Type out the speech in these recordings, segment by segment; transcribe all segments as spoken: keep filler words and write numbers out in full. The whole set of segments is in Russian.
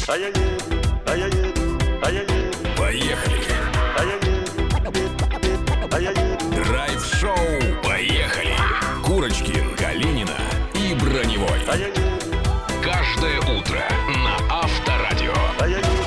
а я еду, а я еду, а я еду. Поехали! А я еду, а я еду. Драйв-шоу «Поехали!» Курочкин, Калинина и Броневой. А я еду, Каждое утро на Авторадио. а я еду.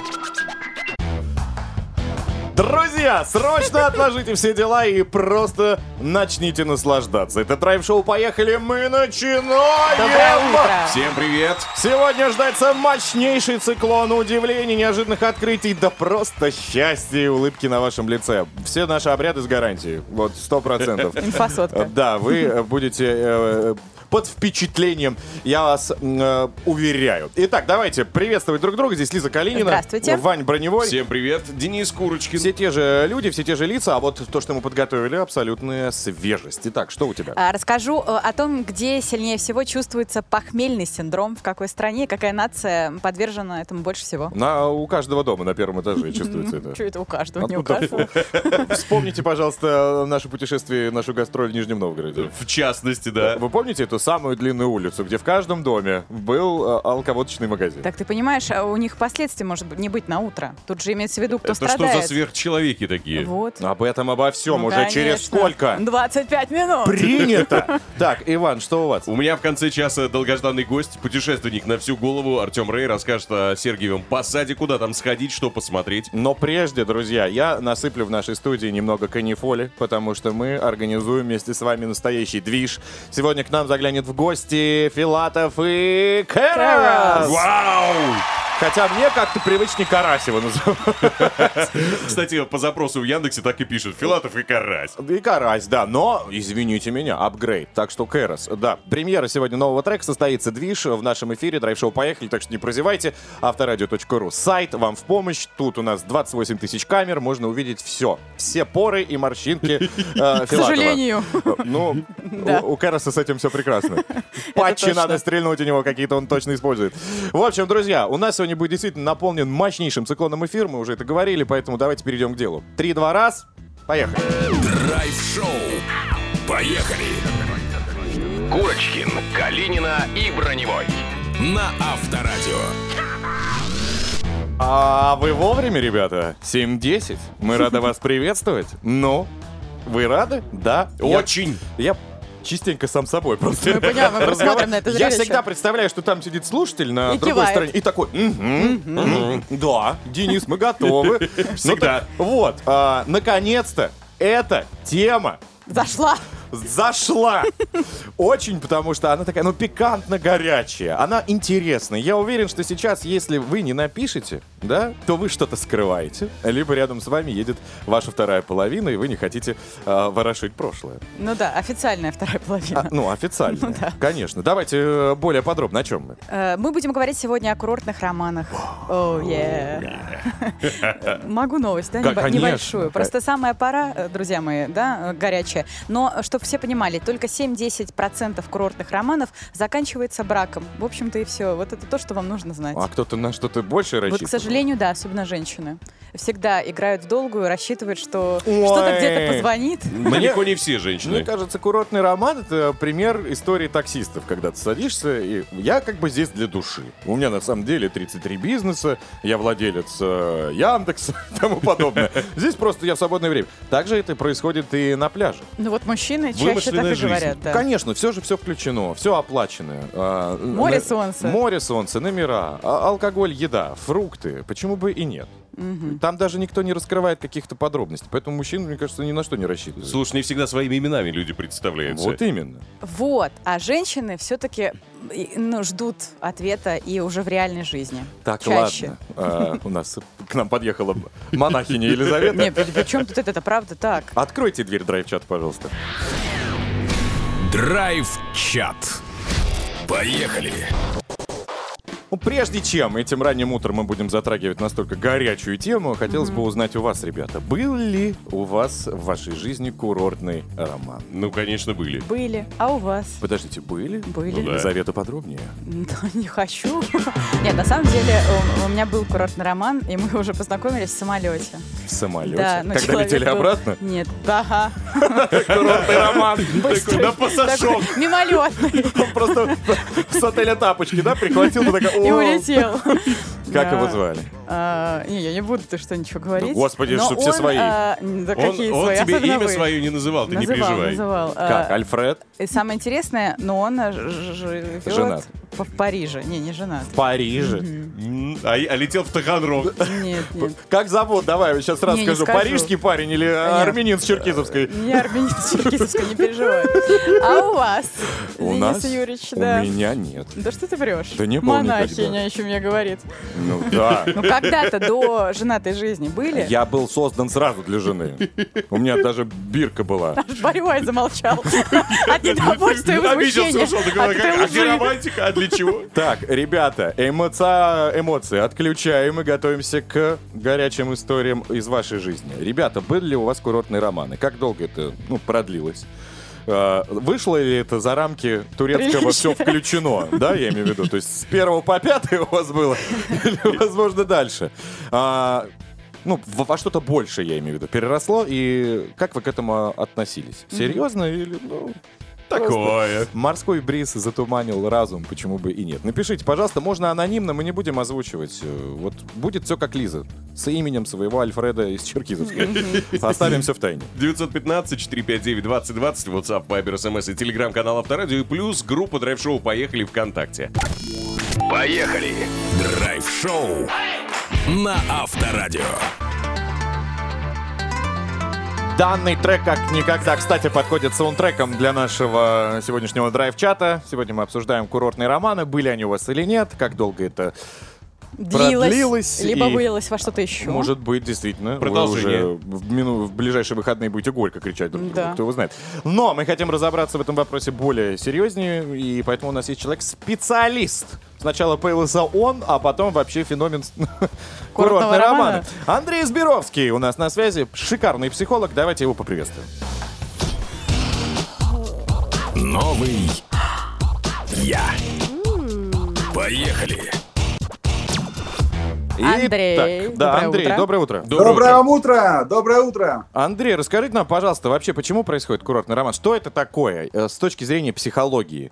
Друзья, срочно отложите все дела и просто начните наслаждаться. Это драйв-шоу «Поехали!» Мы начинаем! Доброе утро! Всем привет! Сегодня ждается мощнейший циклон удивлений, неожиданных открытий, да просто счастья и улыбки на вашем лице. Все наши обряды с гарантией. Вот, сто процентов. Инфосотка. Да, вы будете э, под впечатлением, я вас э, уверяю. Итак, давайте приветствовать друг друга. Здесь Лиза Калинина. Здравствуйте. Вань Броневой. Всем привет! Денис Курочкин. Все те же люди, все те же лица, а вот то, что мы подготовили, абсолютная свежесть. Итак, что у тебя? А, Расскажу э, о том, где сильнее всего чувствуется похмельный синдром, в какой стране, какая нация подвержена этому больше всего. На, у каждого дома на первом этаже чувствуется это. Что это у каждого, А не у ну да. каждого. Вспомните, пожалуйста, наше путешествие, нашу гастроль в Нижнем Новгороде. В частности, да. Вы помните эту самую длинную улицу, где в каждом доме был э, алководочный магазин? Так ты понимаешь, а у них последствий может быть не быть на утро. Тут же имеется в виду, кто Это что страдает. за сверхчеловеки такие? Вот. Об этом, обо всем Ну, уже конечно. через сколько? двадцать пять минут. Принято! Так, Иван, что у вас? У меня в конце часа долгожданный гость, путешественник на всю голову, Артем Рэй, расскажет о Сергиевом Посаде, куда там сходить, что посмотреть. Но прежде, друзья, я насыплю в нашей студии немного канифоли, потому что мы организуем вместе с вами настоящий движ. Сегодня к нам заглянет в гости Филатов и Кэрос. Вау! Хотя мне как-то привычнее Карасева называть. Кстати, по запросу в Яндексе так и пишут: Филатов и Карась. И Карась, да, но, извините меня, апгрейд. Так что Кэрос, да. Премьера сегодня нового трека состоится, движ в нашем эфире, драйв-шоу «Поехали», так что не прозевайте. Авторадио точка ру. Сайт вам в помощь. Тут у нас двадцать восемь тысяч камер, можно увидеть все. Все поры и морщинки э, Филатова. К сожалению. Ну, Да. у, у Кэроса с этим все прекрасно. Патчи точно. надо стрельнуть у него, какие-то он точно использует. В общем, друзья, у нас сегодня будет действительно наполнен мощнейшим циклоном эфир, мы уже это говорили, поэтому давайте перейдем к делу. Три-два раз, поехали. Драйв-шоу «Поехали!» Курочкин, Калинина и Броневой. На Авторадио. А вы вовремя, ребята? семь десять. Мы рады вас приветствовать. Ну, вы рады? Да. Я- Очень. Я частенько сам собой просто Мы понимаем, мы разговариваю. посмотрим на это Я зрелище. всегда представляю, что там сидит слушатель на И другой кивает. стороне и такой: «Мгм, мгм, да, Денис, мы готовы». Ну Всегда. так вот, а, наконец-то эта тема Зашла. зашла. Очень, потому что она такая, ну, пикантно горячая. Она интересная. Я уверен, что сейчас, если вы не напишете, да, то вы что-то скрываете. Либо рядом с вами едет ваша вторая половина, и вы не хотите э, ворошить прошлое. Ну да, официальная вторая половина. А, ну, официально. Ну да. Конечно. Давайте э, более подробно. О чем мы? Э, Мы будем говорить сегодня о курортных романах. О, е. Могу новость, да, Ка- небо- конечно. небольшую. Просто самая пора, э, друзья мои, да, э, горячая. Но, чтобы все понимали, только семь-десять процентов курортных романов заканчивается браком. В общем-то и все. Вот это то, что вам нужно знать. А кто-то на что-то больше Вот, рассчитывает? к сожалению, да, особенно женщины. Всегда играют в долгую, рассчитывают, что Ой. что-то где-то позвонит. Далеко не все Мне женщины. кажется, курортный роман — это пример истории таксистов, когда ты садишься, и я как бы здесь для души. У меня на самом деле тридцать три бизнеса, я владелец э, Яндекса и тому подобное. Здесь просто я в свободное время. Также это происходит и на пляже. Ну вот мужчины чаще так Вымышленная и жизнь. говорят. Да. Конечно, все же все включено, все оплачено. А, Море, на- солнце. Море, солнце, номера, а- алкоголь, еда, фрукты. Почему бы и нет? Там даже никто не раскрывает каких-то подробностей. Поэтому мужчины, мне кажется, ни на что не рассчитывают. Слушай, не всегда своими именами люди представляются. Вот именно. Вот. А женщины все-таки ну, ждут ответа и уже в реальной жизни. Так, Чаще. ладно. А, у нас к нам подъехала монахиня Елизавета. Нет, при чем тут это? Это правда так. Откройте дверь драйв-чат, пожалуйста. Драйв-чат. Поехали! Ну, прежде чем этим ранним утром мы будем затрагивать настолько горячую тему, хотелось бы узнать у вас, ребята, был ли у вас в вашей жизни курортный роман? Ну, конечно, были. Были. А у вас? Подождите, были? Были. Ну да. Елизавета, подробнее. Ну, не хочу. Нет, на самом деле у, у меня был курортный роман, и мы уже познакомились в самолете. В самолете? Да, но Когда человек летели был- обратно? Нет, да. Курортный роман. Такой на пасашок. Такой мимолетный. Он просто с отеля тапочки, да, прихватил, ты такая, И «О». улетел. Как Да. его звали? А, Не, я не буду, ты что, ничего говорить. Да, господи, Но чтоб все он, свои. а, Да Он, какие он свои? тебе Особенно имя вы. свое не называл, ты не Называл, переживай. называл. Как, А, Альфред? И самое интересное, но он э, ж- ж- живет Женат. в в Париже. Не, не женат. В Париже. М, А, а летел в Таганрог. Нет, нет. Как зовут? Давай, я сейчас сразу Не, не скажу. скажу. Парижский парень или армянин с Черкизовской? Не армянин Черкизовской, не переживай. А у вас, У Денис нас? Юрьевич, У да? меня нет. Да что ты врешь? Да не было никогда. Монахиня еще мне говорит. Ну да. Ну когда-то до женатой жизни были? Я был создан сразу для жены. У меня даже бирка была. Аж Боревой замолчал. От недовольства и Обиделся, возмущения. ушел. От Такой, этой а где лжи. романтика? А для чего? Так, ребята, эмоция, эмоции отключаем и готовимся к горячим историям из вашей жизни. Ребята, были ли у вас курортные романы? Как долго это ну, продлилось? А, Вышло ли это за рамки турецкого «все включено», да, я имею в виду? То есть с первого по пятый у вас было, или, возможно, дальше? А, Ну, во во что-то больше, я имею в виду, переросло, и как вы к этому относились? Серьезно или, ну... Такое. Морской бриз затуманил разум, почему бы и нет. Напишите, пожалуйста, можно анонимно, мы не будем озвучивать. Э, Вот будет все как Лиза, с именем своего Альфреда из Черкизовской. Оставим все в тайне. девятьсот пятнадцать четыреста пятьдесят девять двадцать двадцать, WhatsApp, Viber, СМС и телеграм-канал Авторадио, и плюс группа Драйв-шоу «Поехали» ВКонтакте. Поехали! Драйв-шоу на Авторадио. Данный трек как никогда, кстати, подходит саундтреком для нашего сегодняшнего драйв-чата. Сегодня мы обсуждаем курортные романы, были они у вас или нет, как долго это Длилось, продлилось. либо и, вылилось во что-то еще. Может быть, действительно. Продолжение. Вы уже в, мину- в ближайшие выходные будете горько кричать друг другу, Да. кто его знает. Но мы хотим разобраться в этом вопросе более серьезнее, и поэтому у нас есть человек-специалист. Сначала появился он, а потом вообще феномен курортного романа. романа. Андрей Збировский у нас на связи, шикарный психолог. Давайте его поприветствуем. Новый я. Поехали! Андрей, Итак, да, доброе Андрей, утро. доброе утро. Доброе Доброе утро. вам утро! Доброе утро! Андрей, расскажите нам, пожалуйста, вообще, почему происходит курортный роман? Что это такое э, с точки зрения психологии?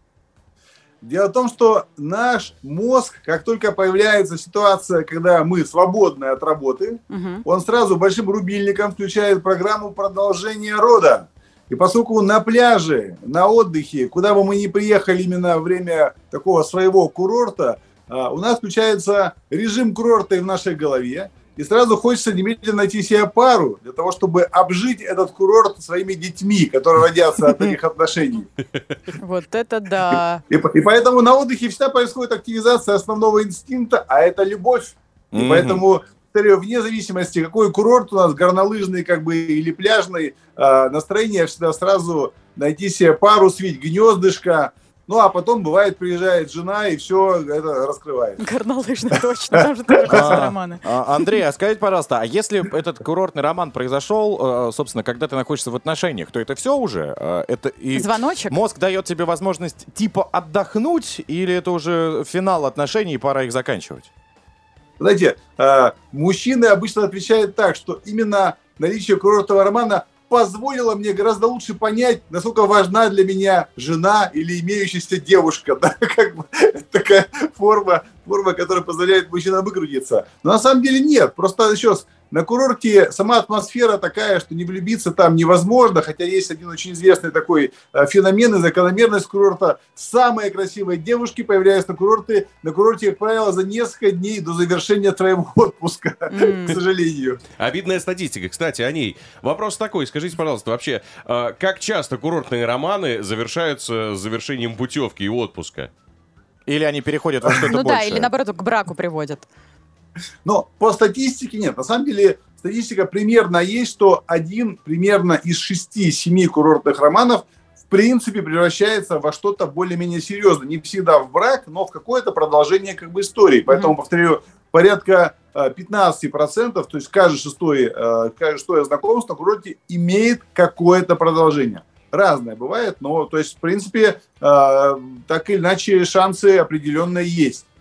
Дело в том, что наш мозг, как только появляется ситуация, когда мы свободны от работы, Мгм. он сразу большим рубильником включает программу продолжения рода. И поскольку на пляже, на отдыхе, куда бы мы ни приехали именно во время такого своего курорта, а, у нас включается режим курорта и в нашей голове. И сразу хочется немедленно найти себе пару для того, чтобы обжить этот курорт своими детьми, которые родятся от таких отношений. Вот это да. И, по- и поэтому на отдыхе всегда происходит активизация основного инстинкта, а это любовь. И Мгм. поэтому, повторю, вне зависимости, какой курорт у нас, горнолыжный как бы или пляжный, а, настроение всегда сразу найти себе пару, свить гнездышко. Ну, а потом, бывает, приезжает жена, и все это раскрывает. Горнолыжный, точно, там же тоже ходят А, романы. а, Андрей, а скажите, пожалуйста, а если этот курортный роман произошел, э, собственно, когда ты находишься в отношениях, то это все уже? Э, Это и Звоночек? мозг дает тебе возможность типа отдохнуть, или это уже финал отношений и пора их заканчивать? Знаете, а, мужчины обычно отвечают так, что именно наличие курортного романа позволило мне гораздо лучше понять, насколько важна для меня жена или имеющаяся девушка. Да? Как бы, это такая форма, форма, которая позволяет мужчинам выкрутиться. Но на самом деле нет. Просто еще раз, на курорте сама атмосфера такая, что не влюбиться там невозможно, хотя есть один очень известный такой э, феномен и закономерность курорта. Самые красивые девушки появляются на курорте, на курорте, как правило, за несколько дней до завершения твоего отпуска, М. к сожалению. Обидная статистика, кстати, о ней. Вопрос такой, скажите, пожалуйста, вообще, э, как часто курортные романы завершаются завершением путевки и отпуска? Или они переходят во что-то Ну большее? да, или наоборот к браку приводят. Но по статистике нет. На самом деле статистика примерно есть, что один примерно из шести-семи курортных романов в принципе превращается во что-то более-менее серьезное. Не всегда в брак, но в какое-то продолжение как бы истории. Поэтому, повторю, порядка э, пятнадцать процентов, то есть каждое шестое, э, каждое шестое знакомство на курорте имеет какое-то продолжение. Разное бывает, но то есть в принципе э, так или иначе шансы определенные есть.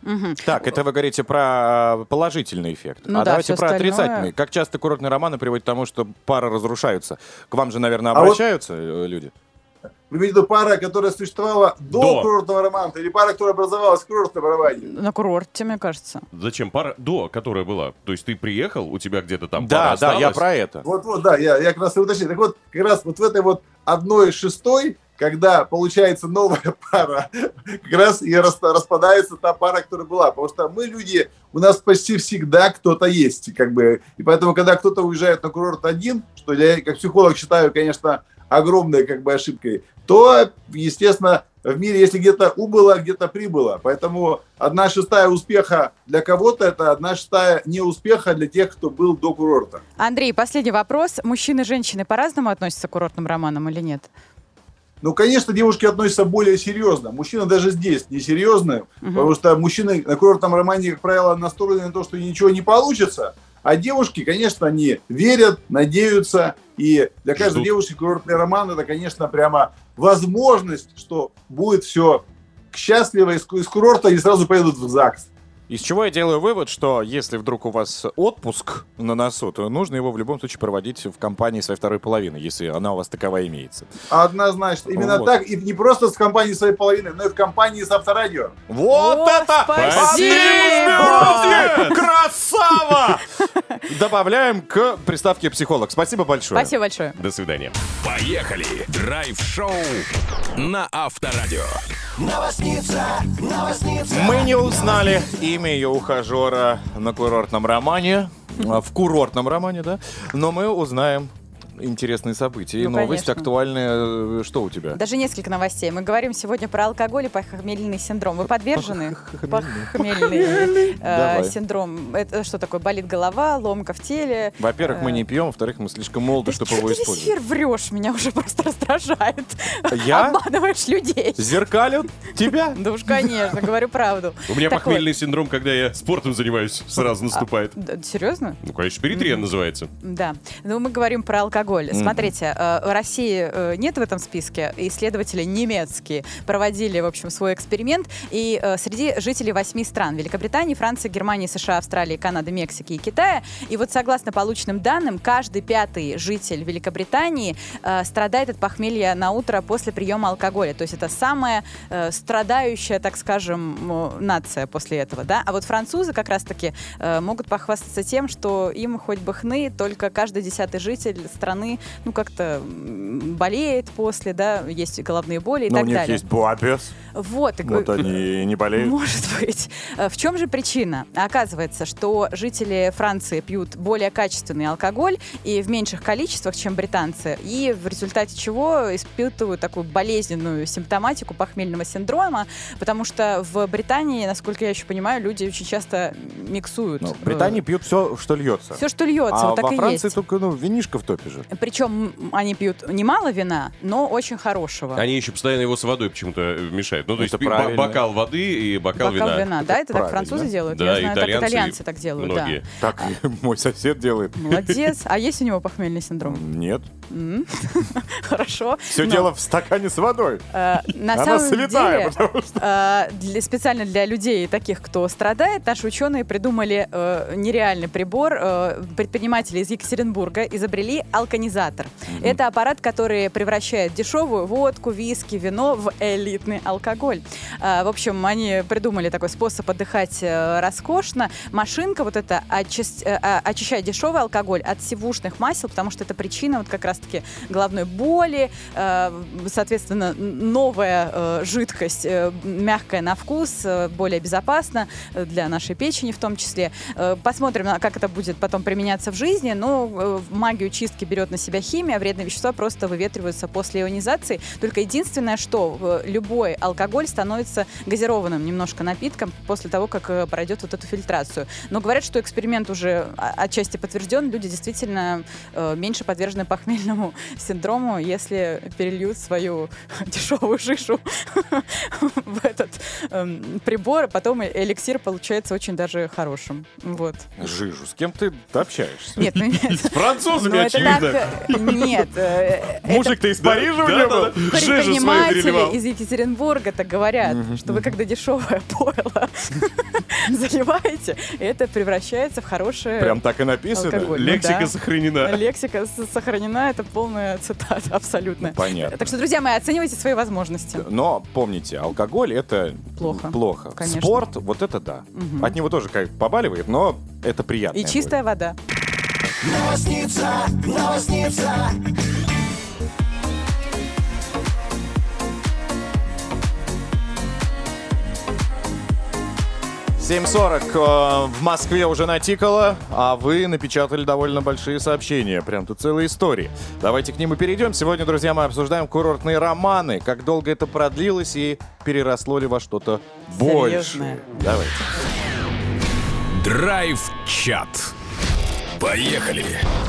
Мгм. Так, это вы говорите про положительный эффект. Ну а да, давайте всё про остальное. отрицательный. Как часто курортные романы приводят к тому, что пары разрушаются? К вам же, наверное, А вот- обращаются э, люди? Вы имеете в виду пара, которая существовала до, До. курортного романа, или пара, которая образовалась в курортном романе? На курорте, мне кажется. Зачем пара до, которая была? То есть ты приехал, у тебя где-то там Да, пара да, я осталась? про это. Вот-вот, да, я, я как раз и уточнил. Так вот, как раз вот в этой вот одной шестой, когда получается новая пара, как раз и рас- распадается та пара, которая была. Потому что мы люди, у нас почти всегда кто-то есть, как бы. И поэтому, когда кто-то уезжает на курорт один, что я как психолог считаю, конечно, огромной как бы ошибкой, то, естественно, в мире, если где-то убыло, где-то прибыло. Поэтому одна шестая успеха для кого-то, это одна шестая неуспеха для тех, кто был до курорта. Андрей, последний вопрос. Мужчины и женщины по-разному относятся к курортным романам или нет? Ну, конечно, девушки относятся более серьезно. Мужчины даже здесь несерьезны, Мгм. потому что мужчины на курортном романе, как правило, настроены на то, что ничего не получится. А девушки, конечно, они верят, надеются. И для каждой Ждут. девушки курортный роман — это, конечно, прямо возможность, что будет все счастливо из, ку- из курорта и сразу поедут в ЗАГС. Из чего я делаю вывод, что если вдруг у вас отпуск на носу, то нужно его в любом случае проводить в компании своей второй половины, если она у вас таковая имеется. Однозначно. Именно Вот. так. И не просто с компанией своей половины, но и в компании с Авторадио. Вот О, это! спасибо! Андрей Узбердский! Красава! Добавляем к приставке психолог. Спасибо большое. Спасибо большое. До свидания. Поехали! Драйв-шоу на Авторадио. Мы не узнали имя ее ухажера на курортном романе. А, В курортном романе, да? Но мы узнаем интересные события. И Ну, новость конечно. актуальная. Что у тебя? Даже несколько новостей. Мы говорим сегодня про алкоголь и похмельный синдром. Вы подвержены? Похмельный э, Давай. синдром. Это что такое? Болит голова, ломка в теле. Во-первых, мы не пьем, во-вторых, мы слишком молоды, Да чтобы чё его ты весь использовать. эфир врешь? Меня уже просто раздражает. Я? Обманываешь людей. Зеркалю тебя? Да уж, конечно, говорю правду. У меня Так вот. похмельный синдром, когда я спортом занимаюсь, сразу наступает. Да, серьезно? Ну, конечно, перитрен называется. Да. Ну, мы говорим про алкоголь. Смотрите, э, в России э, нет в этом списке. Исследователи немецкие проводили, в общем, свой эксперимент. И э, среди жителей восьми стран — Великобритании, Франции, Германии, США, Австралии, Канады, Мексики и Китая. И вот согласно полученным данным, каждый пятый житель Великобритании э, страдает от похмелья на утро после приема алкоголя. То есть это самая э, страдающая, так скажем, м, нация после этого. Да? А вот французы как раз-таки э, могут похвастаться тем, что им хоть бы хны, только каждый десятый житель страны, ну, как-то м, болеет после, да, есть головные боли и Но так у них далее. есть буапес. Вот, и Вот г- они и не болеют. Может быть. Э, В чем же причина? Оказывается, что жители Франции пьют более качественный алкоголь и в меньших количествах, чем британцы, и в результате чего испытывают такую болезненную симптоматику похмельного синдрома, потому что в Британии, насколько я еще понимаю, люди очень часто миксуют. Ну, в Британии пьют все, что льется. все, что льется, А вот так во и Франции есть. только, ну, винишко в топе же. Причем они пьют немало вина, но очень хорошего. Они еще постоянно его с водой почему-то э, мешают. Ну, то есть Это пи- ба- правильно. бокал воды и бокал, Бокал вина. Да, это так правильно. французы делают? Да, я знаю, итальянцы, так итальянцы так делают, многие. да. Так мой сосед делает. Молодец. А есть у него похмельный синдром? Нет. М? Хорошо. Все Но, дело в стакане с водой. э, на Она самом святая, деле, потому что... э, для- специально для людей, таких, кто страдает, наши ученые придумали э, нереальный прибор. Э, предприниматели из Екатеринбурга изобрели алканизатор. Это аппарат, который превращает дешевую водку, виски, вино в элитный алкоголь. Э, в общем, они придумали такой способ отдыхать э, роскошно. Машинка вот эта очис- э, э, очищает дешевый алкоголь от сивушных масел, потому что это причина вот как раз-таки головной боли, э, соответственно, н- новая э, жидкость, э, мягкая на вкус, э, более безопасна э, для нашей печени в том числе. Э, посмотрим, на- как это будет потом применяться в жизни. Но э, магию чистки берет на себя химия, вредные вещества просто выветриваются после ионизации. Только единственное, что э, любой алкоголь становится газированным немножко напитком после того, как э, пройдет вот эту фильтрацию. Но говорят, что эксперимент уже а, отчасти подтвержден. Люди действительно э, меньше подвержены похмельному синдрому, если перельют свою дешевую жижу в этот эм, прибор, а потом эликсир получается очень даже хорошим. Вот. Жижу. С кем ты общаешься? Нет, ну нет. С французами, Ну, это очевидно. так, э, нет. э, это Мужик-то из Парижа у Да, него да, был? да. Жижу свою переливал. предприниматели из Екатеринбурга так говорят, что вы когда дешевое пойло заливаете, это превращается в хорошее Прям так и написано? алкоголь. Ну Лексика да. сохранена. Лексика с- сохранена, это полная цитата абсолютно. Понятно. Так что, друзья мои, оценивайте свои возможности. Но помните, алкоголь это Плохо. плохо. Конечно. Спорт, вот это да. Мгм. От него тоже как побаливает, но это приятно. И чистая вода. семь сорок э, в Москве уже натикало, а вы напечатали довольно большие сообщения. Прям тут целые истории. Давайте к ним и перейдем. Сегодня, друзья, мы обсуждаем курортные романы. Как долго это продлилось и переросло ли во что-то большее. Серьезное. Давайте. Драйв-чат. Поехали.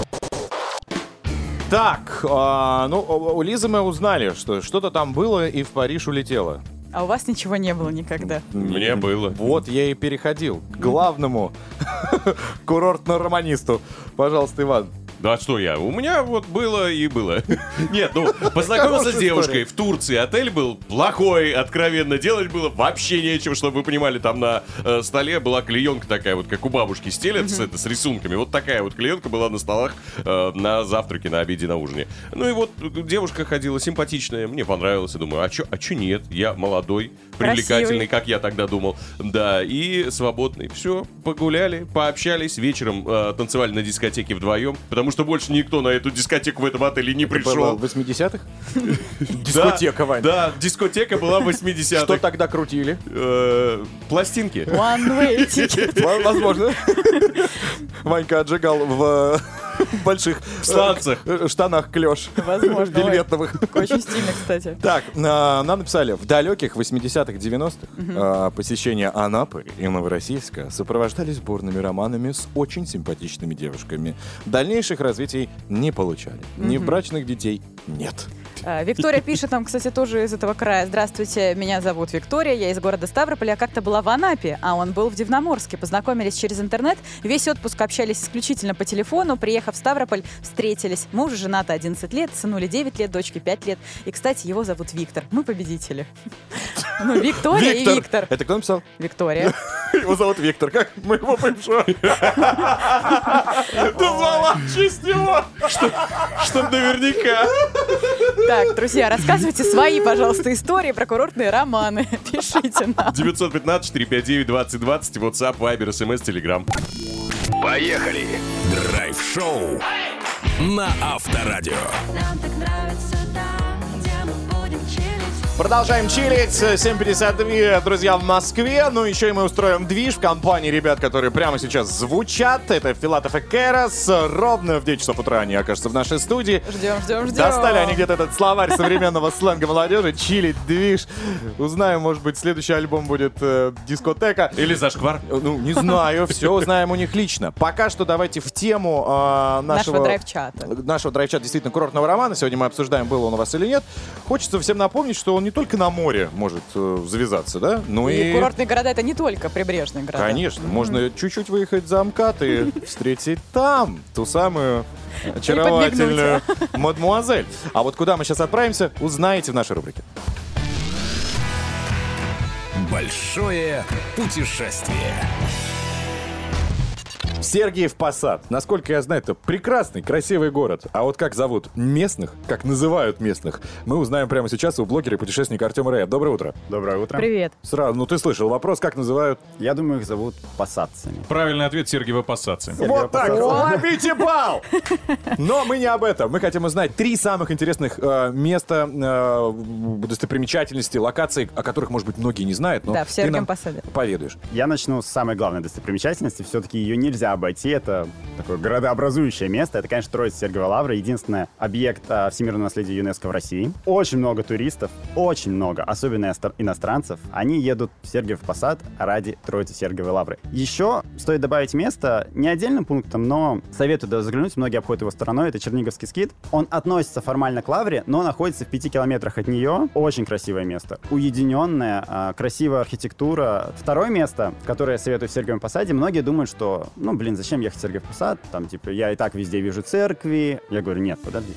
Так, э, ну, у у Лизы мы узнали, что что-то там было и в Париж улетело. А у вас ничего не было никогда. Мне было. Вот я и переходил к главному курортно-романисту. Пожалуйста, Иван. Да что я? У меня вот было и было. Нет, ну, познакомился с Хорошая девушкой история. в Турции. Отель был плохой, откровенно. Делать было вообще нечего, чтобы вы понимали. Там на э, столе была клеенка такая, вот как у бабушки стелят с, это, с рисунками. Вот такая вот клеенка была на столах э, на завтраке, на обеде, на ужине. Ну и вот девушка ходила симпатичная, мне понравилось. Я думаю, а чё, а чё нет? Я молодой, привлекательный, Красивый. как я тогда думал. Да, и свободный. Все, погуляли, пообщались. Вечером э, танцевали на дискотеке вдвоем, потому что больше никто на эту дискотеку в этом отеле не Было пришел. в восьмидесятых? Дискотека, Вань. Да, дискотека была в восьмидесятых. Что тогда крутили? Э, Пластинки. One way ticket. Ва- Возможно. Ванька отжигал в э, больших В сланцах. э, штанах клеш. Возможно. Ой, Вельветовых. Очень стильно, кстати. Так, э, нам написали, в далеких восьмидесятых, девяностых э, посещения Анапы и Новороссийска сопровождались бурными романами с очень симпатичными девушками. Дальнейших развитий не получали. Ни в брачных детей нет. А, Виктория пишет нам, кстати, тоже из этого края. Здравствуйте, меня зовут Виктория, я из города Ставрополь. Я как-то была в Анапе, а он был в Дивноморске. Познакомились через интернет. Весь отпуск общались исключительно по телефону. Приехав в Ставрополь, встретились. Мы уже женаты одиннадцать лет, сынули девять лет, дочке пять лет. И, кстати, его зовут Виктор. Мы победители. Ну, Виктория и Виктор. Это кто написал? Виктория. Его зовут Виктор. Как моего бывшего. Назвала в честь него. Чтоб наверняка. Так, друзья, рассказывайте свои, пожалуйста, истории про курортные романы. Пишите нам. девятьсот пятнадцать четыреста пятьдесят девять двадцать двадцать, WhatsApp, Viber, эс эм эс, Telegram. Поехали. Драйв-шоу на Авторадио. Нам так нравится там, где мы будем чилить. Продолжаем чилить. семь пятьдесят два, друзья, в Москве. Ну, еще и мы устроим движ в компании ребят, которые прямо сейчас звучат. Это Филатов и Кэрос. Ровно в девять часов утра они окажутся в нашей студии. Ждем, ждем, ждем. Достали они где-то этот словарь современного сленга молодежи. Чилить, движ. Узнаем, может быть, следующий альбом будет э, дискотека. Или зашквар. Ну, не знаю, все узнаем у них лично. Пока что давайте в тему э, нашего... Нашего драйв-чата. Нашего драйв-чата, действительно, курортного романа. Сегодня мы обсуждаем, был он у вас или нет. Хочется всем напомнить, что он не только на море может э, завязаться, да? Ну И, и... курортные города — это не только прибрежные города. Конечно, можно чуть-чуть выехать за МКАД и встретить там ту самую очаровательную мадмуазель. А вот куда мы сейчас отправимся, узнаете в нашей рубрике. Большое путешествие. Сергиев Посад. Насколько я знаю, это прекрасный, красивый город. А вот как зовут местных, как называют местных, мы узнаем прямо сейчас у блогера и путешественника Артема Рэя. Доброе утро. Доброе утро. Привет. Сразу, ну ты слышал вопрос, как называют? Я думаю, их зовут посадцами. Правильный ответ — Сергиева Посадцы. Вот так, ловите бал! Но мы не об этом. Мы хотим узнать три самых интересных э, места, э, достопримечательности, локаций, о которых, может быть, многие не знают, но Да, в ты Сергиевом нам Посаде. поведаешь. Я начну с самой главной достопримечательности. Все-таки ее нельзя обойти. Это такое городообразующее место. Это, конечно, Троица Сергиева Лавра. Единственный объект а, всемирного наследия ЮНЕСКО в России. Очень много туристов, очень много, особенно иностр- иностранцев. Они едут в Сергиев Посад ради Троицы Сергиевой Лавры. Еще стоит добавить место, не отдельным пунктом, но советую да, заглянуть. Многие обходят его стороной. Это Черниговский скит. Он относится формально к Лавре, но находится в пяти километрах от нее. Очень красивое место. Уединенное, а, красивая архитектура. Второе место, которое я советую в Сергиевом Посаде, многие думают, что, ну, блин, зачем ехать в Сергиев Посад? Там, типа, я и так везде вижу церкви. Я говорю, нет, подождите.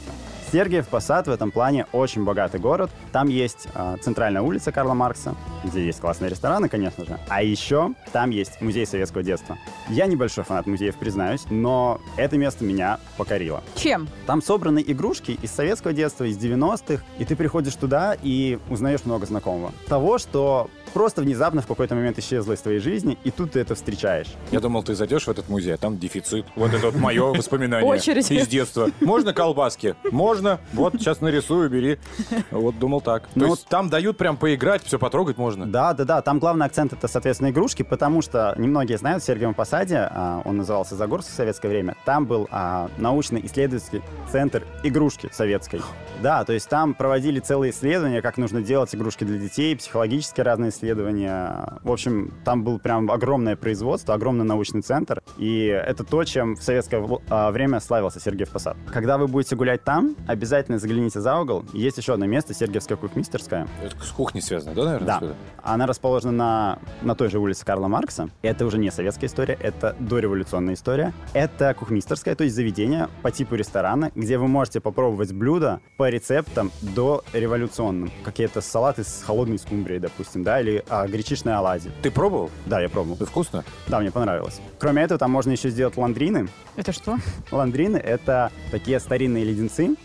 Сергиев Посад в этом плане очень богатый город. Там есть э, центральная улица Карла Маркса, где есть классные рестораны, конечно же. А еще там есть музей советского детства. Я небольшой фанат музеев, признаюсь, но это место меня покорило. Чем? Там собраны игрушки из советского детства, из девяностых, и ты приходишь туда и узнаешь много знакомого. Того, что просто внезапно в какой-то момент исчезло из твоей жизни, и тут ты это встречаешь. Я думал, ты зайдешь в этот музей, а там дефицит. Вот это вот мое воспоминание Очередь. из детства. Можно колбаски? Можно. Вот сейчас нарисую, бери. Вот думал так. То Ну, есть там дают прям поиграть, все потрогать можно. Да, да, да. Там главный акцент — это, соответственно, игрушки, потому что немногие знают, в Сергиевом Посаде, а, он назывался Загорск в советское время, там был а, научно-исследовательский центр игрушки советской. Да, то есть там проводили целые исследования, как нужно делать игрушки для детей, психологические разные исследования. В общем, там был прям огромное производство, огромный научный центр, и это то, чем в советское а, время славился Сергиев Посад. Когда вы будете гулять там, обязательно загляните за угол. Есть еще одно место, Сергиевская кухмистерская. Это с кухней связано, да, наверное? Да. отсюда? Она расположена на, на той же улице Карла Маркса. Это уже не советская история, это дореволюционная история. Это кухмистерская, то есть заведение по типу ресторана, где вы можете попробовать блюда по рецептам до революционным. Какие-то салаты с холодной скумбрией, допустим, да, или а, гречишные оладьи. Ты пробовал? Да, я пробовал. Это вкусно? Да, мне понравилось. Кроме этого, там можно еще сделать ландрины. Это что? Ландрины — это такие старинные леденцы,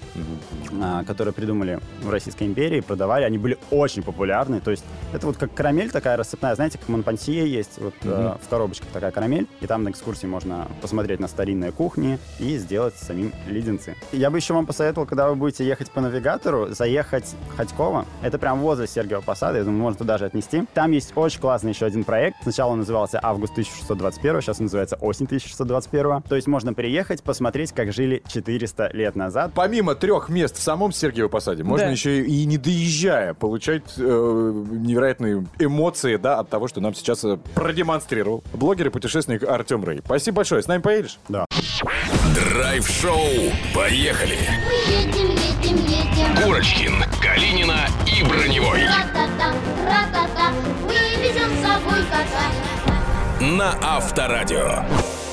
а, которые придумали в Российской империи, продавали. Они были очень популярны. То есть это вот как карамель такая рассыпная, знаете, как Монпансье есть, вот э, в коробочках такая карамель. И там на экскурсии можно посмотреть на старинные кухни и сделать самим леденцы. Я бы еще вам посоветовал, когда вы будете ехать по навигатору, заехать в Ходьково. Это прям возле Сергиева Посада, я думаю, можно туда же отнести. Там есть очень классный еще один проект. Сначала он назывался «Август тысяча шестьсот двадцать первого», сейчас он называется «Осень тысяча шестьсот двадцать первого». То есть можно приехать, посмотреть, как жили четыреста лет назад. Помимо трех мест в самом Сергиевом Посаде, можно Да. еще и не доезжая получать э, невероятные эмоции, да, от того, что нам сейчас э, продемонстрировал блогер и путешественник Артем Рэй. Спасибо большое. С нами поедешь? Да. Драйв-шоу. Поехали. Едем, едем, едем. Курочкин, Калинина и Броневой. Ра-та-та, ра-та-та, вывезем с собой кота. На Авторадио.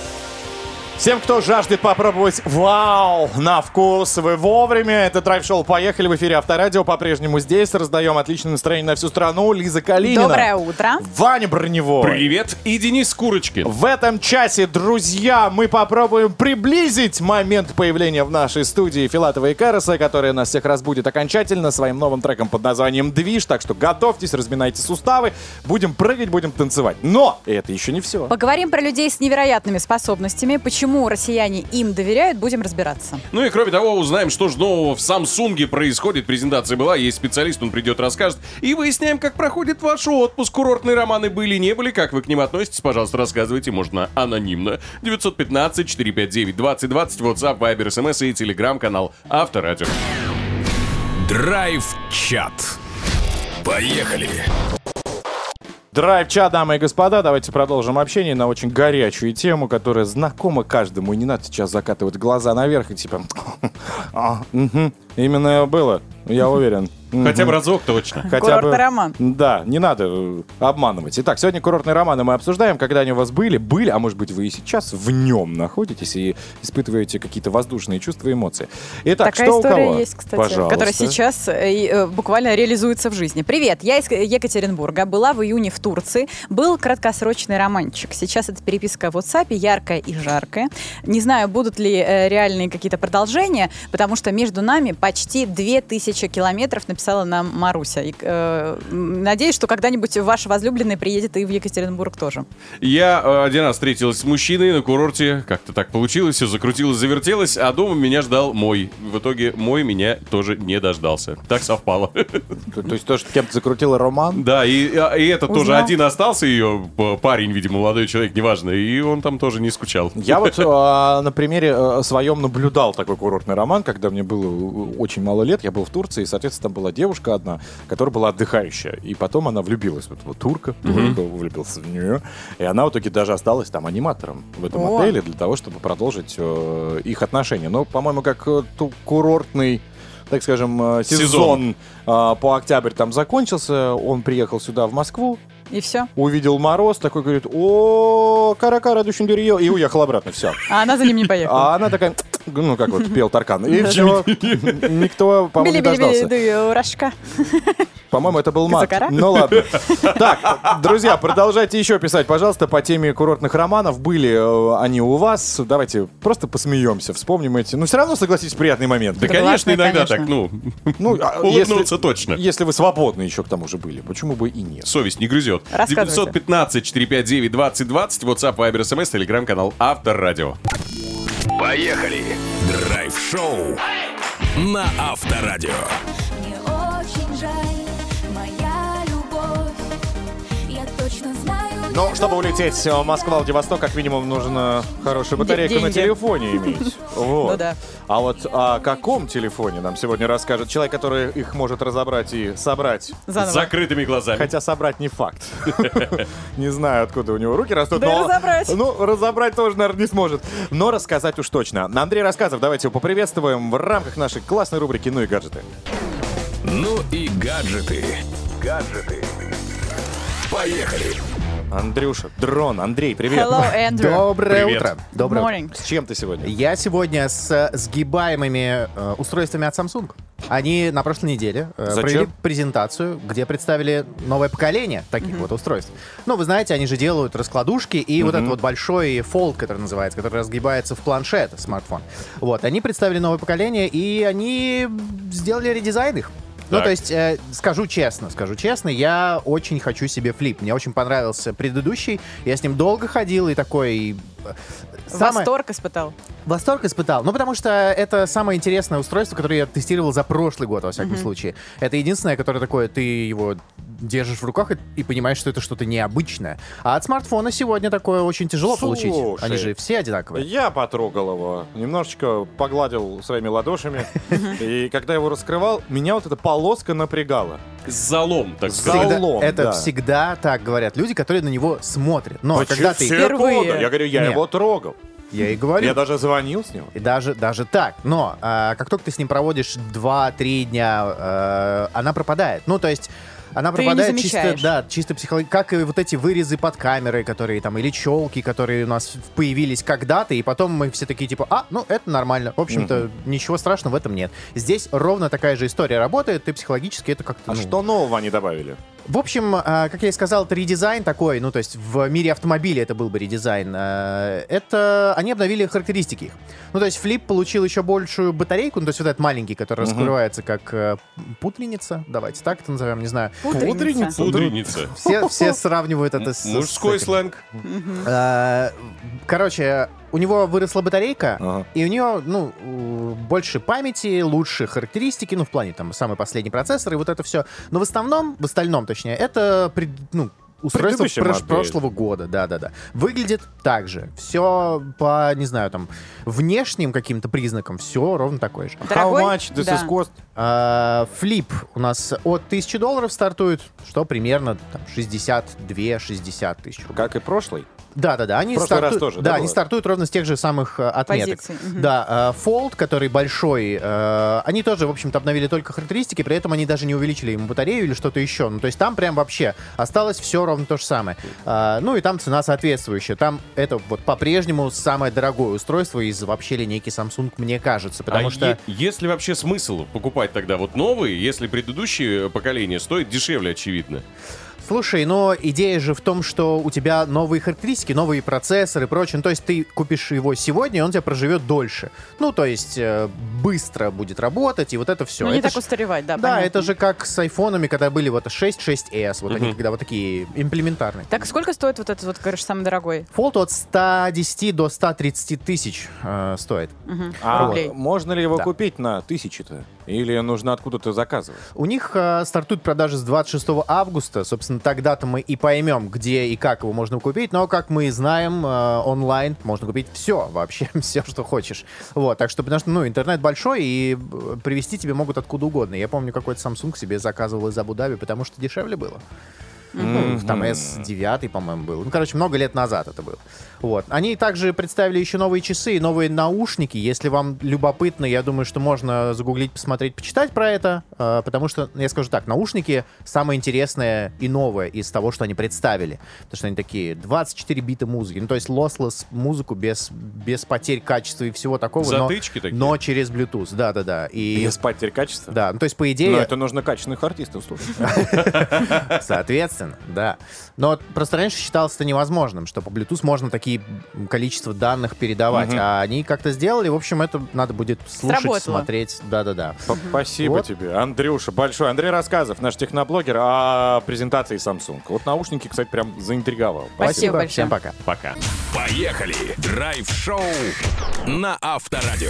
Всем, кто жаждет попробовать вау на вкус, вы вовремя. Это драйв-шоу «Поехали» в эфире Авторадио. По-прежнему здесь раздаем отличное настроение на всю страну. Лиза Калинина. Доброе утро. Ваня Броневой. Привет, и Денис Курочкин. В этом часе, друзья, мы попробуем приблизить момент появления в нашей студии Филатова и Караса, который нас всех разбудит окончательно своим новым треком под названием «Движ». Так что готовьтесь, разминайте суставы. Будем прыгать, будем танцевать. Но это еще не все. Поговорим про людей с невероятными способностями. Почему россияне им доверяют, будем разбираться. Ну и кроме того, узнаем, что же нового в Самсунге происходит. Презентация была, есть специалист, он придет, расскажет. И выясняем, как проходит ваш отпуск. Курортные романы были, не были, как вы к ним относитесь, пожалуйста, рассказывайте, можно анонимно. девятьсот пятнадцать четыреста пятьдесят девять двадцать двадцать, WhatsApp, Viber, СМС и Telegram-канал Авторадио. Драйв-чат. Поехали. Драйв-чат, дамы и господа, давайте продолжим общение на очень горячую тему, которая знакома каждому. И не надо сейчас закатывать глаза наверх и типа... «А, мгм, именно было, я уверен». Хотя бы разок точно. Хотя Курортный бы- роман. Да, не надо э, обманывать. Итак, сегодня курортные романы мы обсуждаем. Когда они у вас были, были, а может быть вы и сейчас в нем находитесь и испытываете какие-то воздушные чувства и эмоции. Итак, Такая что у история кого? есть, кстати, Пожалуйста. которая сейчас э, и, э, буквально реализуется в жизни. Привет, я из Екатеринбурга, была в июне в Турции, был краткосрочный романчик. Сейчас это переписка в WhatsApp, яркая и жаркая. Не знаю, будут ли э, реальные какие-то продолжения, потому что между нами почти две тысячи километров, написала нам Маруся. И, э, надеюсь, что когда-нибудь ваша возлюбленная приедет и в Екатеринбург тоже. Я э, один раз встретилась с мужчиной на курорте, как-то так получилось, все закрутилось, завертелось, а дома меня ждал мой. В итоге мой меня тоже не дождался. Так совпало. То, то есть то, что кем-то закрутила роман? Да, и, а, и этот тоже Узнал. один остался, ее п- парень, видимо, молодой человек, неважно, и он там тоже не скучал. Я вот а, на примере а, своем наблюдал такой курортный роман, когда мне было очень мало лет, я был в Турции, и, соответственно, там была девушка одна, которая была отдыхающая, и потом она влюбилась, вот, вот турка, турка влюбился в нее, и она в итоге даже осталась там аниматором в этом О. отеле для того, чтобы продолжить э, их отношения. Но, по-моему, как э, ту- курортный, так скажем, э, сезон, Сезон. э, по октябрь там закончился, он приехал сюда, в Москву, И все. увидел мороз, такой говорит: о, кара-кара, душендурье, и уехал обратно, все. А она за ним не поехала. А она такая: Ну, как вот пел Таркан. И все. Никто, по-моему, не дождался. Били-били-били-дурашка. По-моему, это был мат. Закара? Ну ладно. Так, друзья, продолжайте еще писать, пожалуйста, по теме курортных романов. Были э, они у вас? Давайте просто посмеемся, вспомним эти. Ну, все равно, согласитесь, приятный момент. Да, Да конечно, классно, иногда конечно. так, ну, Ну, а улыбнуться если- точно. Если вы свободны еще к тому же были, почему бы и нет? Совесть не грызет. Рассказывайте. девятьсот пятнадцать четыреста пятьдесят девять двадцать двадцать, WhatsApp, Viber, эс эм эс, телеграм-канал Авторадио. Поехали! Драйв-шоу на Авторадио. Мне очень жаль, моя любовь. Я точно знаю. Ну, чтобы улететь в Москва-Владивосток, как минимум, нужно хорошую батарейку на деньги. телефоне иметь. Вот. Ну да. А вот о каком телефоне нам сегодня расскажет человек, который их может разобрать и собрать. С Заново. закрытыми глазами. Хотя собрать не факт. Не знаю, откуда у него руки растут, Да и но... разобрать. Ну, разобрать тоже, наверное, не сможет. Но рассказать уж точно. Андрей Рассказов, давайте его поприветствуем в рамках нашей классной рубрики «Ну и гаджеты». Ну и гаджеты. Гаджеты. Поехали! Андрюша, дрон, Андрей, привет. Hello, Andrew. Доброе Привет. утро. Доброе утро. Morning. С чем ты сегодня? Я сегодня с э, сгибаемыми э, устройствами от Samsung. Они на прошлой неделе э, Зачем? провели презентацию, где представили новое поколение таких вот устройств. Ну, вы знаете, они же делают раскладушки и вот этот вот большой Fold, который называется, который разгибается в планшет, смартфон. Вот, они представили новое поколение, и они сделали редизайн их. Ну, Так. то есть, э, скажу честно, скажу честно, я очень хочу себе флип. Мне очень понравился предыдущий. Я с ним долго ходил и такой... э, самое- Восторг испытал. Восторг испытал. Ну, потому что это самое интересное устройство, которое я тестировал за прошлый год, во всяком случае. Это единственное, которое такое, ты его держишь в руках и, и понимаешь, что это что-то необычное. А от смартфона сегодня такое очень тяжело получить. Слушай. Они же все одинаковые. Я потрогал его, немножечко погладил своими ладошами. И когда его раскрывал, меня вот эта полоска напрягала. Залом, так Зал- сказать. Всегда- залом, это да. всегда так говорят люди, которые на него смотрят. Но Почему? когда ты... Все Впервые. трогали. Я говорю, я Нет. его трогал. Я и говорю. Я даже звонил с него. И даже, даже так. Но а, как только ты с ним проводишь два-три дня, а, она пропадает. Ну, то есть она Ты её не пропадает чисто, замечаешь. да, чисто психологически. Как и вот эти вырезы под камерой, которые там, или челки, которые у нас появились когда-то, и потом мы все такие типа, а, ну, это нормально. В общем-то, ничего страшного в этом нет. Здесь ровно такая же история работает, ты психологически это как-то... А ну, что нового они добавили? В общем, а, как я и сказал, это редизайн такой, ну, то есть в мире автомобиля это был бы редизайн. А, Это они обновили характеристики их. Ну, то есть флип получил еще большую батарейку, ну, то есть вот этот маленький, который раскрывается как э, пудреница, давайте так это назовем, не знаю. Пудреница. Пудреница. Все, все сравнивают это с... Мужской с этим. сленг. А, Короче, у него выросла батарейка, Ага. и у нее, ну, у- больше памяти, лучше характеристики, ну, в плане там самый последний процессор и вот это все. Но в основном, в остальном, точнее, это, пред- ну, устройство Предыдущая прош- модель. прошлого года, да-да-да. Выглядит так же. Все по, не знаю, там, внешним каким-то признакам, все ровно такое же. Дорогой? How much this Да. is cost? А, Флип у нас от тысячи долларов стартует, что примерно там, шестьдесят два шестьдесят тысяч рублей. Как и прошлый. Да-да-да, они В прошлый раз стартуют, тоже, да, да, они было? стартуют ровно с тех же самых э, отметок. Позиций, мгм. Да, э, Fold, который большой, э, они тоже, в общем-то, обновили только характеристики, при этом они даже не увеличили ему батарею или что-то еще. Ну, то есть там прям вообще осталось все ровно то же самое. А, ну и там цена соответствующая. Там это вот по-прежнему самое дорогое устройство из вообще линейки Samsung, мне кажется, потому а что... е- есть ли вообще смысл покупать тогда вот новые, если предыдущее поколение стоит дешевле, очевидно? Слушай, но идея же в том, что у тебя новые характеристики, новые процессоры и прочее. Ну, то есть ты купишь его сегодня, и он тебя проживет дольше. Ну, то есть э, быстро будет работать, и вот это все. Ну, не это так ж- устаревать, да, Да, понятно. это же как с айфонами, когда были вот шесть, шесть эс, вот они когда вот такие имплементарные. Так сколько стоит вот этот вот, говоришь, самый дорогой? Fold от ста десяти до ста тридцати тысяч э, стоит. Мгм. А Рублей. можно ли его Да. купить на тысячи-то? Или нужно откуда-то заказывать? У них э, стартуют продажи с двадцать шестого августа. Собственно, тогда-то мы и поймем, где и как его можно купить. Но, как мы знаем, э, онлайн можно купить все, вообще все, что хочешь. Вот, так что, потому что, ну, интернет большой, и э, привезти тебе могут откуда угодно. Я помню, какой-то Samsung себе заказывал из Абу-Даби, потому что дешевле было. Ну, там эс девять, по-моему, был. Ну, короче, много лет назад это было. Вот. Они также представили еще новые часы и новые наушники. Если вам любопытно, я думаю, что можно загуглить, посмотреть, почитать про это, э, потому что, я скажу так, наушники самое интересное и новое из того, что они представили. Потому что они такие двадцать четыре бита музыки. Ну, то есть lossless музыку без, без потерь качества и всего такого. Затычки но, такие? Но через Bluetooth, да-да-да. И... Без потерь качества? Да, ну, то есть, по идее... Но это нужно качественных артистов слушать. Соответственно, да. Но просто раньше считалось это невозможным, что по Bluetooth можно такие количество данных передавать. Мгм. А они как-то сделали. В общем, это надо будет слушать, Сработало. смотреть. Да-да-да. Спасибо Вот. тебе, Андрюша, большой. Андрей Рассказов, наш техноблогер, о презентации Samsung. Вот наушники, кстати, прям заинтриговал. Спасибо большое. Всем пока. Пока. Поехали! Драйв-шоу на Авторадио.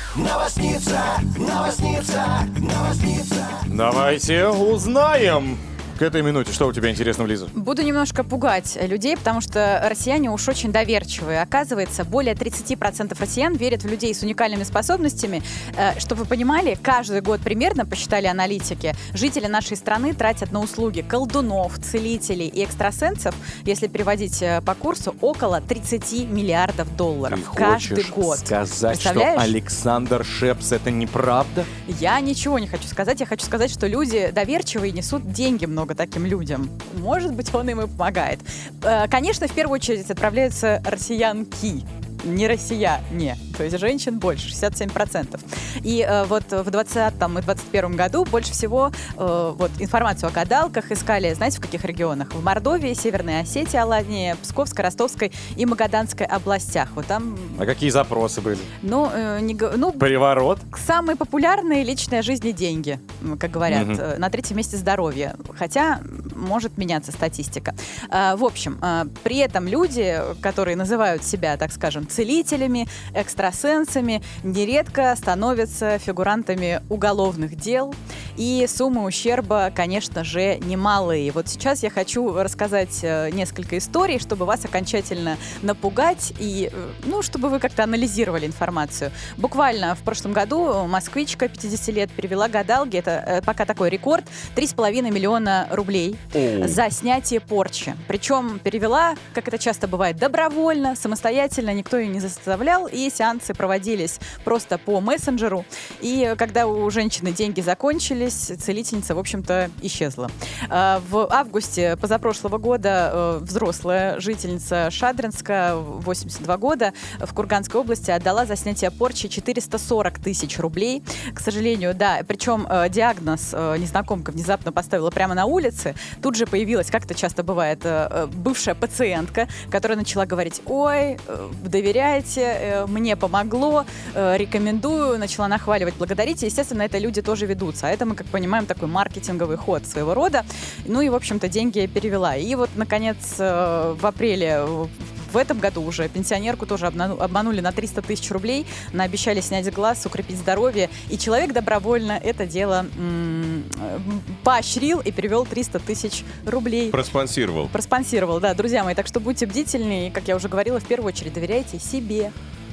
Давайте узнаем к этой минуте, что у тебя интересного, Лиза. Буду немножко пугать людей, потому что россияне уж очень доверчивые. Оказывается, более тридцать процентов россиян верят в людей с уникальными способностями. Э, Чтобы вы понимали, каждый год примерно, посчитали аналитики, жители нашей страны тратят на услуги колдунов, целителей и экстрасенсов, если переводить э, по курсу, около тридцать миллиардов долларов Ты каждый хочешь год. сказать, что Представляешь? Александр Шепс — это неправда? Я ничего не хочу сказать. Я хочу сказать, что люди доверчивые несут деньги много таким людям. Может быть, он им и помогает. Э, Конечно, в первую очередь отправляются россиянки. Не россияне, то есть женщин больше, шестьдесят семь процентов. И э, вот в двадцатом и двадцать первом году больше всего э, вот, информацию о гадалках искали, знаете, в каких регионах? В Мордовии, Северной Осетии, Алании, Псковской, Ростовской и Магаданской областях. Вот там, А какие запросы были? ну, э, не, го- ну Переворот? самые популярные — личная жизнь и деньги, м, как говорят. Мгм. Э, На третьем месте здоровье. Хотя может меняться статистика. А, В общем, а, при этом люди, которые называют себя, так скажем, целителями, экстрасенсами, нередко становятся фигурантами уголовных дел. И суммы ущерба, конечно же, немалые. Вот сейчас я хочу рассказать э, несколько историй, чтобы вас окончательно напугать и, э, ну, чтобы вы как-то анализировали информацию. Буквально в прошлом году москвичка пятидесяти лет привела гадалки, это э, пока такой рекорд, три с половиной миллиона рублей за снятие порчи. Причем перевела, как это часто бывает, добровольно, самостоятельно, никто ее не заставлял, и сеансы проводились просто по мессенджеру. И когда у женщины деньги закончились, целительница, в общем-то, исчезла. А, В августе позапрошлого года э, взрослая жительница Шадринска, восемьдесят два года, в Курганской области отдала за снятие порчи четыреста сорок тысяч рублей. К сожалению, да, причем э, диагноз э, незнакомка внезапно поставила прямо на улице. Тут же появилась, как это часто бывает, э, э, бывшая пациентка, которая начала говорить: ой, э, доверяйте, э, мне помогло, э, рекомендую, начала нахваливать, благодарить. И, естественно, это люди тоже ведутся. А это, мы как понимаем, такой маркетинговый ход своего рода. Ну и, в общем-то, деньги перевела. И вот, наконец, э, в апреле в этом году уже пенсионерку тоже обнану- обманули на триста тысяч рублей, наобещали снять глаз, укрепить здоровье, и человек добровольно это дело м- м- поощрил и перевел триста тысяч рублей. Проспонсировал. Проспонсировал, да, друзья мои. Так что будьте бдительны, и, как я уже говорила, в первую очередь доверяйте себе.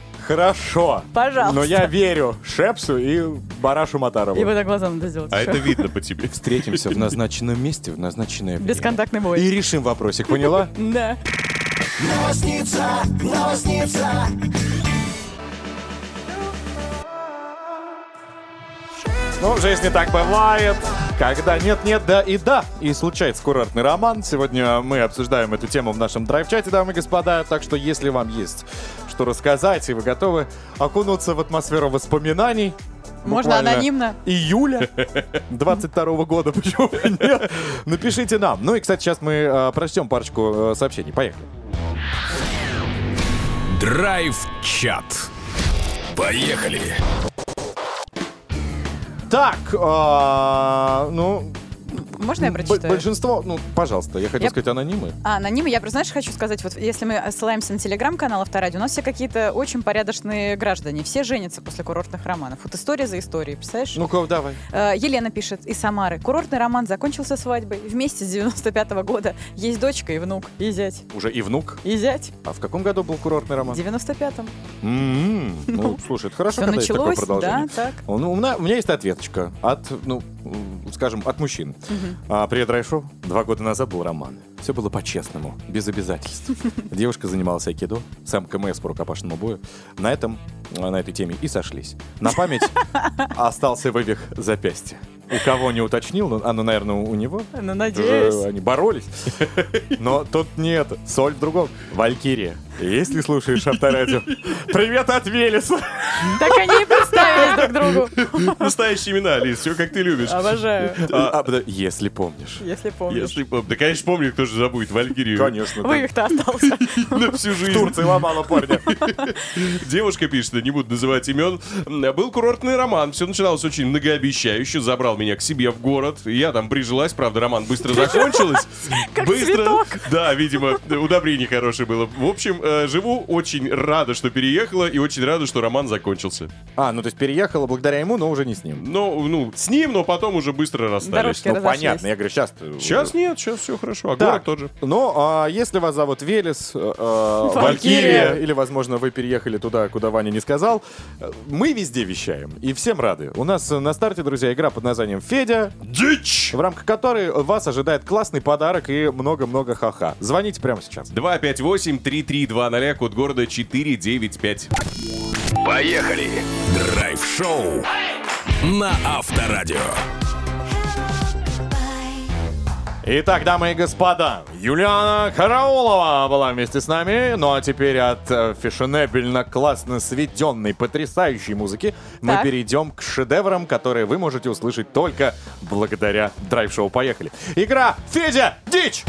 Хорошо. Пожалуйста. Но я верю Шепсу и Барашу Матарову. И вот так глаза надо сделать. А Всё. это видно по тебе. Встретимся в назначенном месте, в назначенное время. Бесконтактный бой. И решим вопросик, поняла? Да. Ну, в жизни так бывает, когда нет-нет, да и да. И случается курортный роман. Сегодня мы обсуждаем эту тему в нашем драйв-чате, дамы и господа. Так что, если вам есть что рассказать, и вы готовы окунуться в атмосферу воспоминаний, Можно буквально анонимно. июля двадцать второго года, почему бы нет, напишите нам. Ну и, кстати, сейчас мы э, прочтем парочку э, сообщений. Поехали. Драйв-чат. Поехали. Так, э, ну... Можно я б- прочитаю? Большинство, ну, пожалуйста, я хотел Я- сказать анонимы. А, анонимы, я просто, знаешь, хочу сказать, вот если мы ссылаемся на телеграм-канал Авторадио, у нас все какие-то очень порядочные граждане, все женятся после курортных романов. Вот история за историей, представляешь? Ну-ка, давай. Э, Елена пишет из Самары. Курортный роман закончился свадьбой. Вместе с девяносто пятого года есть дочка и внук, и зять. Уже и внук. И зять. А в каком году был курортный В роман? девяносто пятом. М-м. Ну, слушай, это хорошо, Все когда есть такое началось, продолжение. да, так. Ну, у, меня, у меня есть ответочка от, ну, скажем, от мужчин. А, привет, Драйв-шоу. Два года назад был роман. Все было по-честному, без обязательств. Девушка занималась айкидо, сам КМС по рукопашному бою. На этом, на этой теме и сошлись. На память остался вывих запястья. У кого не уточнил, ну, а, ну, наверное, у него. Ну, надеюсь. Они боролись. Но тут нет. Соль в другом. Валькирия, если слушаешь Авторадио, привет от Велеса. Так они и представились друг другу. Настоящие имена, Алис, все как ты любишь. Обожаю. А, а, да, если помнишь. Если помнишь. Если помню. Да, конечно, помню, кто же забудет Валькирию. Конечно. Вывих-то остался. На всю В жизнь. Турции ломала парня. Девушка пишет, не буду называть имен. Был курортный роман. Все начиналось очень многообещающе. Забрал меня к себе в город. Я там прижилась. Правда, роман быстро закончилась. Как Быстро. цветок. Да, видимо, удобрение хорошее было. В общем, э, живу очень рада, что переехала. И очень рада, что роман закончился. А, ну то есть переехала благодаря ему, но уже не с ним. Ну, ну, с ним, но потом уже быстро расстались. Дорожки Ну, разошлись. понятно, я говорю, сейчас... Сейчас нет, сейчас все хорошо. А Так, город тот же. ну, а если вас зовут Велес, э, э, Валькирия, или, возможно, вы переехали туда, куда Ваня не сказал, э, мы везде вещаем, и всем рады. У нас э, на старте, друзья, игра под названием «Федя», Дичь! в рамках которой вас ожидает классный подарок и много-много ха-ха. Звоните прямо сейчас. два пять восемь три три два ноль, код города четыре девять пять. Поехали! Драйв-шоу на Авторадио. Итак, дамы и господа, Юлиана Караулова была вместе с нами. Ну а теперь от э, фешенебельно, классно сведенной, потрясающей музыки мы Так. перейдем к шедеврам, которые вы можете услышать только благодаря драйв-шоу «Поехали». Игра «Федя, дичь».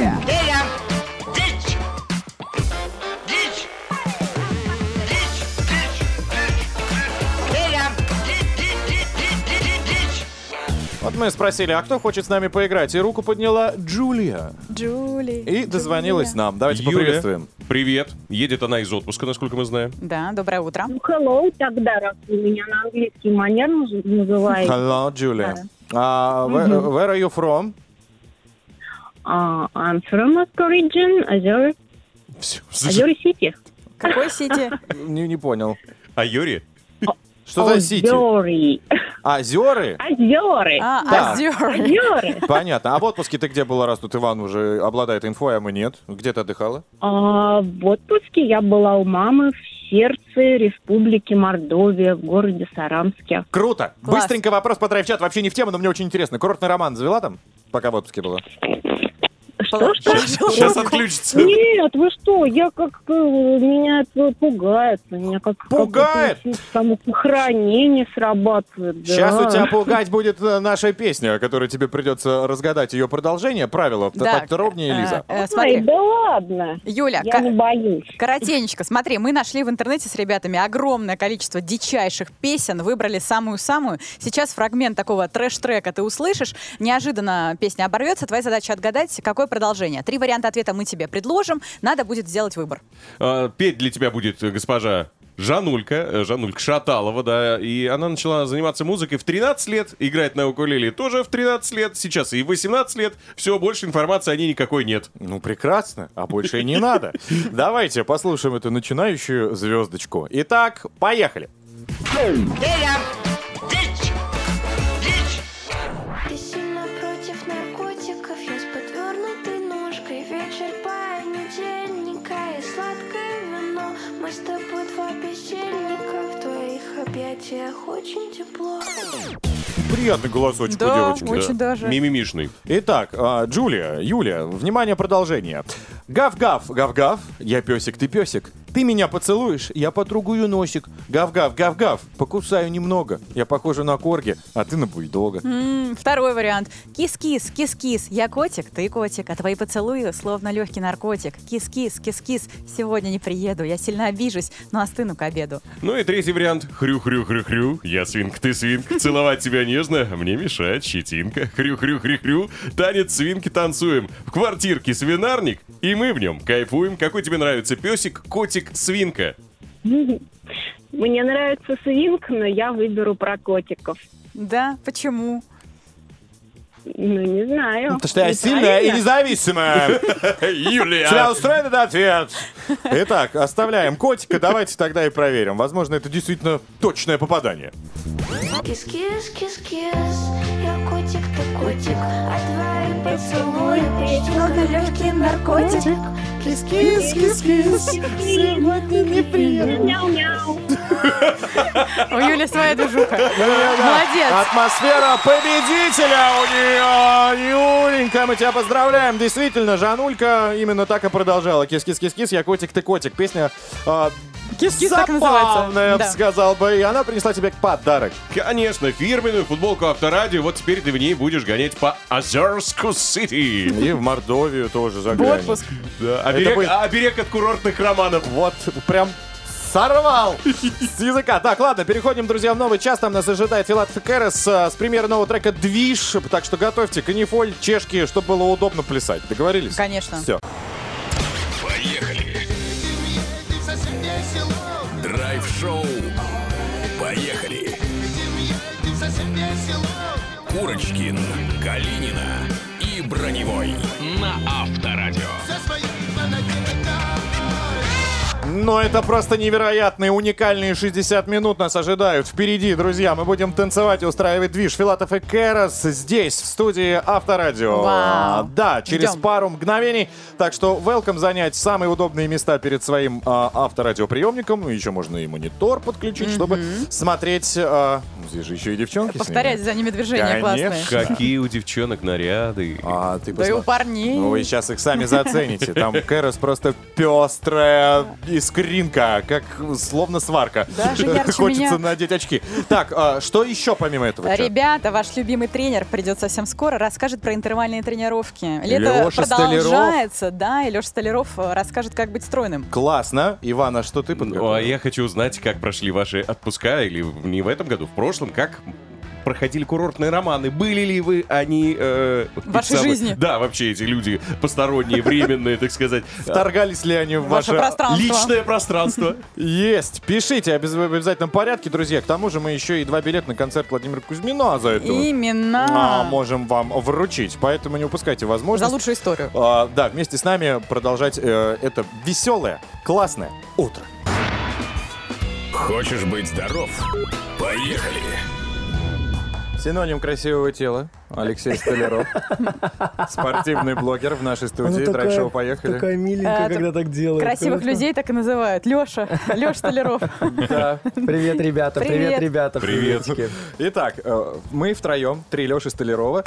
Вот мы спросили, а кто хочет с нами поиграть? И руку подняла Джулия. Джули. И дозвонилась нам. Давайте Юля, поприветствуем. привет. Едет она из отпуска, насколько мы знаем. Да, доброе утро. Ну, hello, тогда, раз вы меня на английский манер наз- называете. Hello, Julia. Uh, where, where are you from? Uh, I'm from Moscow region, Озер, Все. Озер City. Какой сити? Не, не понял. А Юрий? Что за сити? Озеры. Озеры? Озеры. А, Так. озер. Озеры. Понятно. А в отпуске ты где была, раз тут Иван уже обладает инфой, а мы нет? Где ты отдыхала? А, в отпуске я была у мамы в сердце Республики Мордовия, в городе Сарамске. Круто. Класс. Быстренько вопрос по драйв-чат. Вообще не в тему, но мне очень интересно. Курортный роман завела там, пока в отпуске была? Что, что? Сейчас отключится. Нет, вы что, я как, э, меня это пугает, меня как... Пугает? как это самосохранение срабатывает, да. Сейчас у тебя пугать будет э, наша песня, которой тебе придется разгадать ее продолжение. Правила Да, подробнее, э, Лиза. э, Ой, Смотри, да ладно, Юля, я ка- не боюсь. коротенечко, смотри, мы нашли в интернете с ребятами огромное количество дичайших песен, выбрали самую-самую. Сейчас фрагмент такого трэш-трека ты услышишь, неожиданно песня оборвется, твоя задача отгадать, какое продолжение. Три варианта ответа мы тебе предложим, надо будет сделать выбор. А, Петь для тебя будет э, госпожа Жанулька, э, Жанулька Шаталова, да, и она начала заниматься музыкой в тринадцать лет, играть на укулеле тоже в тринадцать лет, сейчас и в восемнадцать лет, все, больше информации о ней никакой нет. Ну, прекрасно, а больше и не надо. Давайте послушаем эту начинающую звездочку. Итак, поехали. Ты сильно против наркотиков, я с подвернутой ножкой. Вечер понедельника и сладкое вино. Мы с тобой два бездельника, в твоих объятиях очень тепло. Приятный голосочек у Да, девочки. очень даже. Мимимишный. Итак, а, Джулия, Юля, внимание, продолжение. Гав-гав, гав-гав, я песик, ты песик. Ты меня поцелуешь, я потрогаю носик. Гав-гав, гав-гав, покусаю немного. Я похожа на корги, а ты на бульдога. М, Второй вариант. Кис-кис, кис-кис. Я котик, ты котик, а твои поцелуи словно легкий наркотик. Кис-кис, кис-кис. Сегодня не приеду, я сильно обижусь, но остыну к обеду. Ну и третий вариант. Хрю-хрю-хрю-хрю, я свинка, ты свинка. Целовать тебя нежно, мне мешает щетинка. Хрю-хрю-хрю-хрю, танец свинки танцуем. В квартирке свинарник, и мы в нем кайфуем. Какой тебе нравится песик, котик, свинка? Мне нравится свинка, но я выберу про котиков. Да, почему? Ну, не знаю. Потому что я сильная и Неправильно? независимая. Тебя Юлия! устроит этот ответ? Итак, оставляем котика, давайте тогда и проверим. Возможно, это действительно точное попадание. Кис-кис, кис-кис, я котик, котик, а твои поцелуи почти много легкий наркотик. Кис-кис, кис-кис, сегодня неприятно. У Юли своя движуха. Молодец. Атмосфера победителя у нее. Юленька, мы тебя поздравляем. Действительно, Жанулька именно так и продолжала. Кис-кис-кис-кис, я котик, ты котик. Песня... э, Кис-кис так называется. Забавная, я бы Да. сказал бы. И она принесла тебе подарок. Конечно, фирменную футболку Авторадио. Вот теперь ты в ней будешь гонять по Озерску Сити. И в Мордовию тоже В заглянем. отпуск. Да, Это оберег, будет- оберег от курортных романов. Вот, прям сорвал с языка. Так, ладно, переходим, друзья, в новый час. Там нас ожидает Филатов и Кэрос с премьеры нового трека «Движ». Так что готовьте канифоль, чешки, чтобы было удобно плясать. Договорились? Конечно. Все. Поехали. Драйв-шоу. Поехали. Курочкин, Калинина и Броневой на Авторадио. Но это просто невероятные, уникальные шестьдесят минут нас ожидают. Впереди, друзья, мы будем танцевать и устраивать движ. Филатов и Кэрос здесь, в студии Авторадио. Вау. Да, через Ждем. пару мгновений. Так что welcome занять самые удобные места перед своим а, авторадиоприемником. Ну, еще можно и монитор подключить, чтобы смотреть... а, здесь же еще и девчонки с ними. Повторять за ними движения Конечно. классные. Какие у девчонок наряды. А, ты Да и у посмотри. парней. Ну, вы сейчас их сами зацените. Там Кэрос просто пестрая искринка, как словно сварка. Даже ярче Хочется меня. надеть очки. Так, а, что еще помимо этого? чё? Ребята, ваш любимый тренер придет совсем скоро, расскажет про интервальные тренировки. Лето Лёша продолжается, да, и Леша Столяров э, расскажет, как быть стройным. Классно. Иван, а что ты Ну, подготовил? а я хочу узнать, как прошли ваши отпуска, или не в этом году, в прошлом, как проходили курортные романы. Были ли вы они... Э, В вашей эти самые- жизни. Да, вообще эти люди посторонние, временные, так сказать. Вторгались ли они в Ваше ваше... пространство. Личное пространство. Есть. Пишите обяз- в обязательном порядке, друзья. К тому же мы еще и два билета на концерт Владимира Кузьмина за это Именно. а, можем вам вручить. Поэтому не упускайте За возможность. лучшую историю. А, да, вместе с нами продолжать э, это веселое, классное утро. Хочешь быть здоров? Поехали. Синоним красивого тела. Алексей Столяров. Спортивный блогер в нашей студии. Драйв-шоу «Поехали». Такая миленькая, Это когда так делает. Красивых Классно. людей так и называют. Леша. Леша Столяров. Да. Привет, ребята. Привет, Привет. ребята. Привет. Приветики. Итак, э, мы втроем, три Леши Столярова.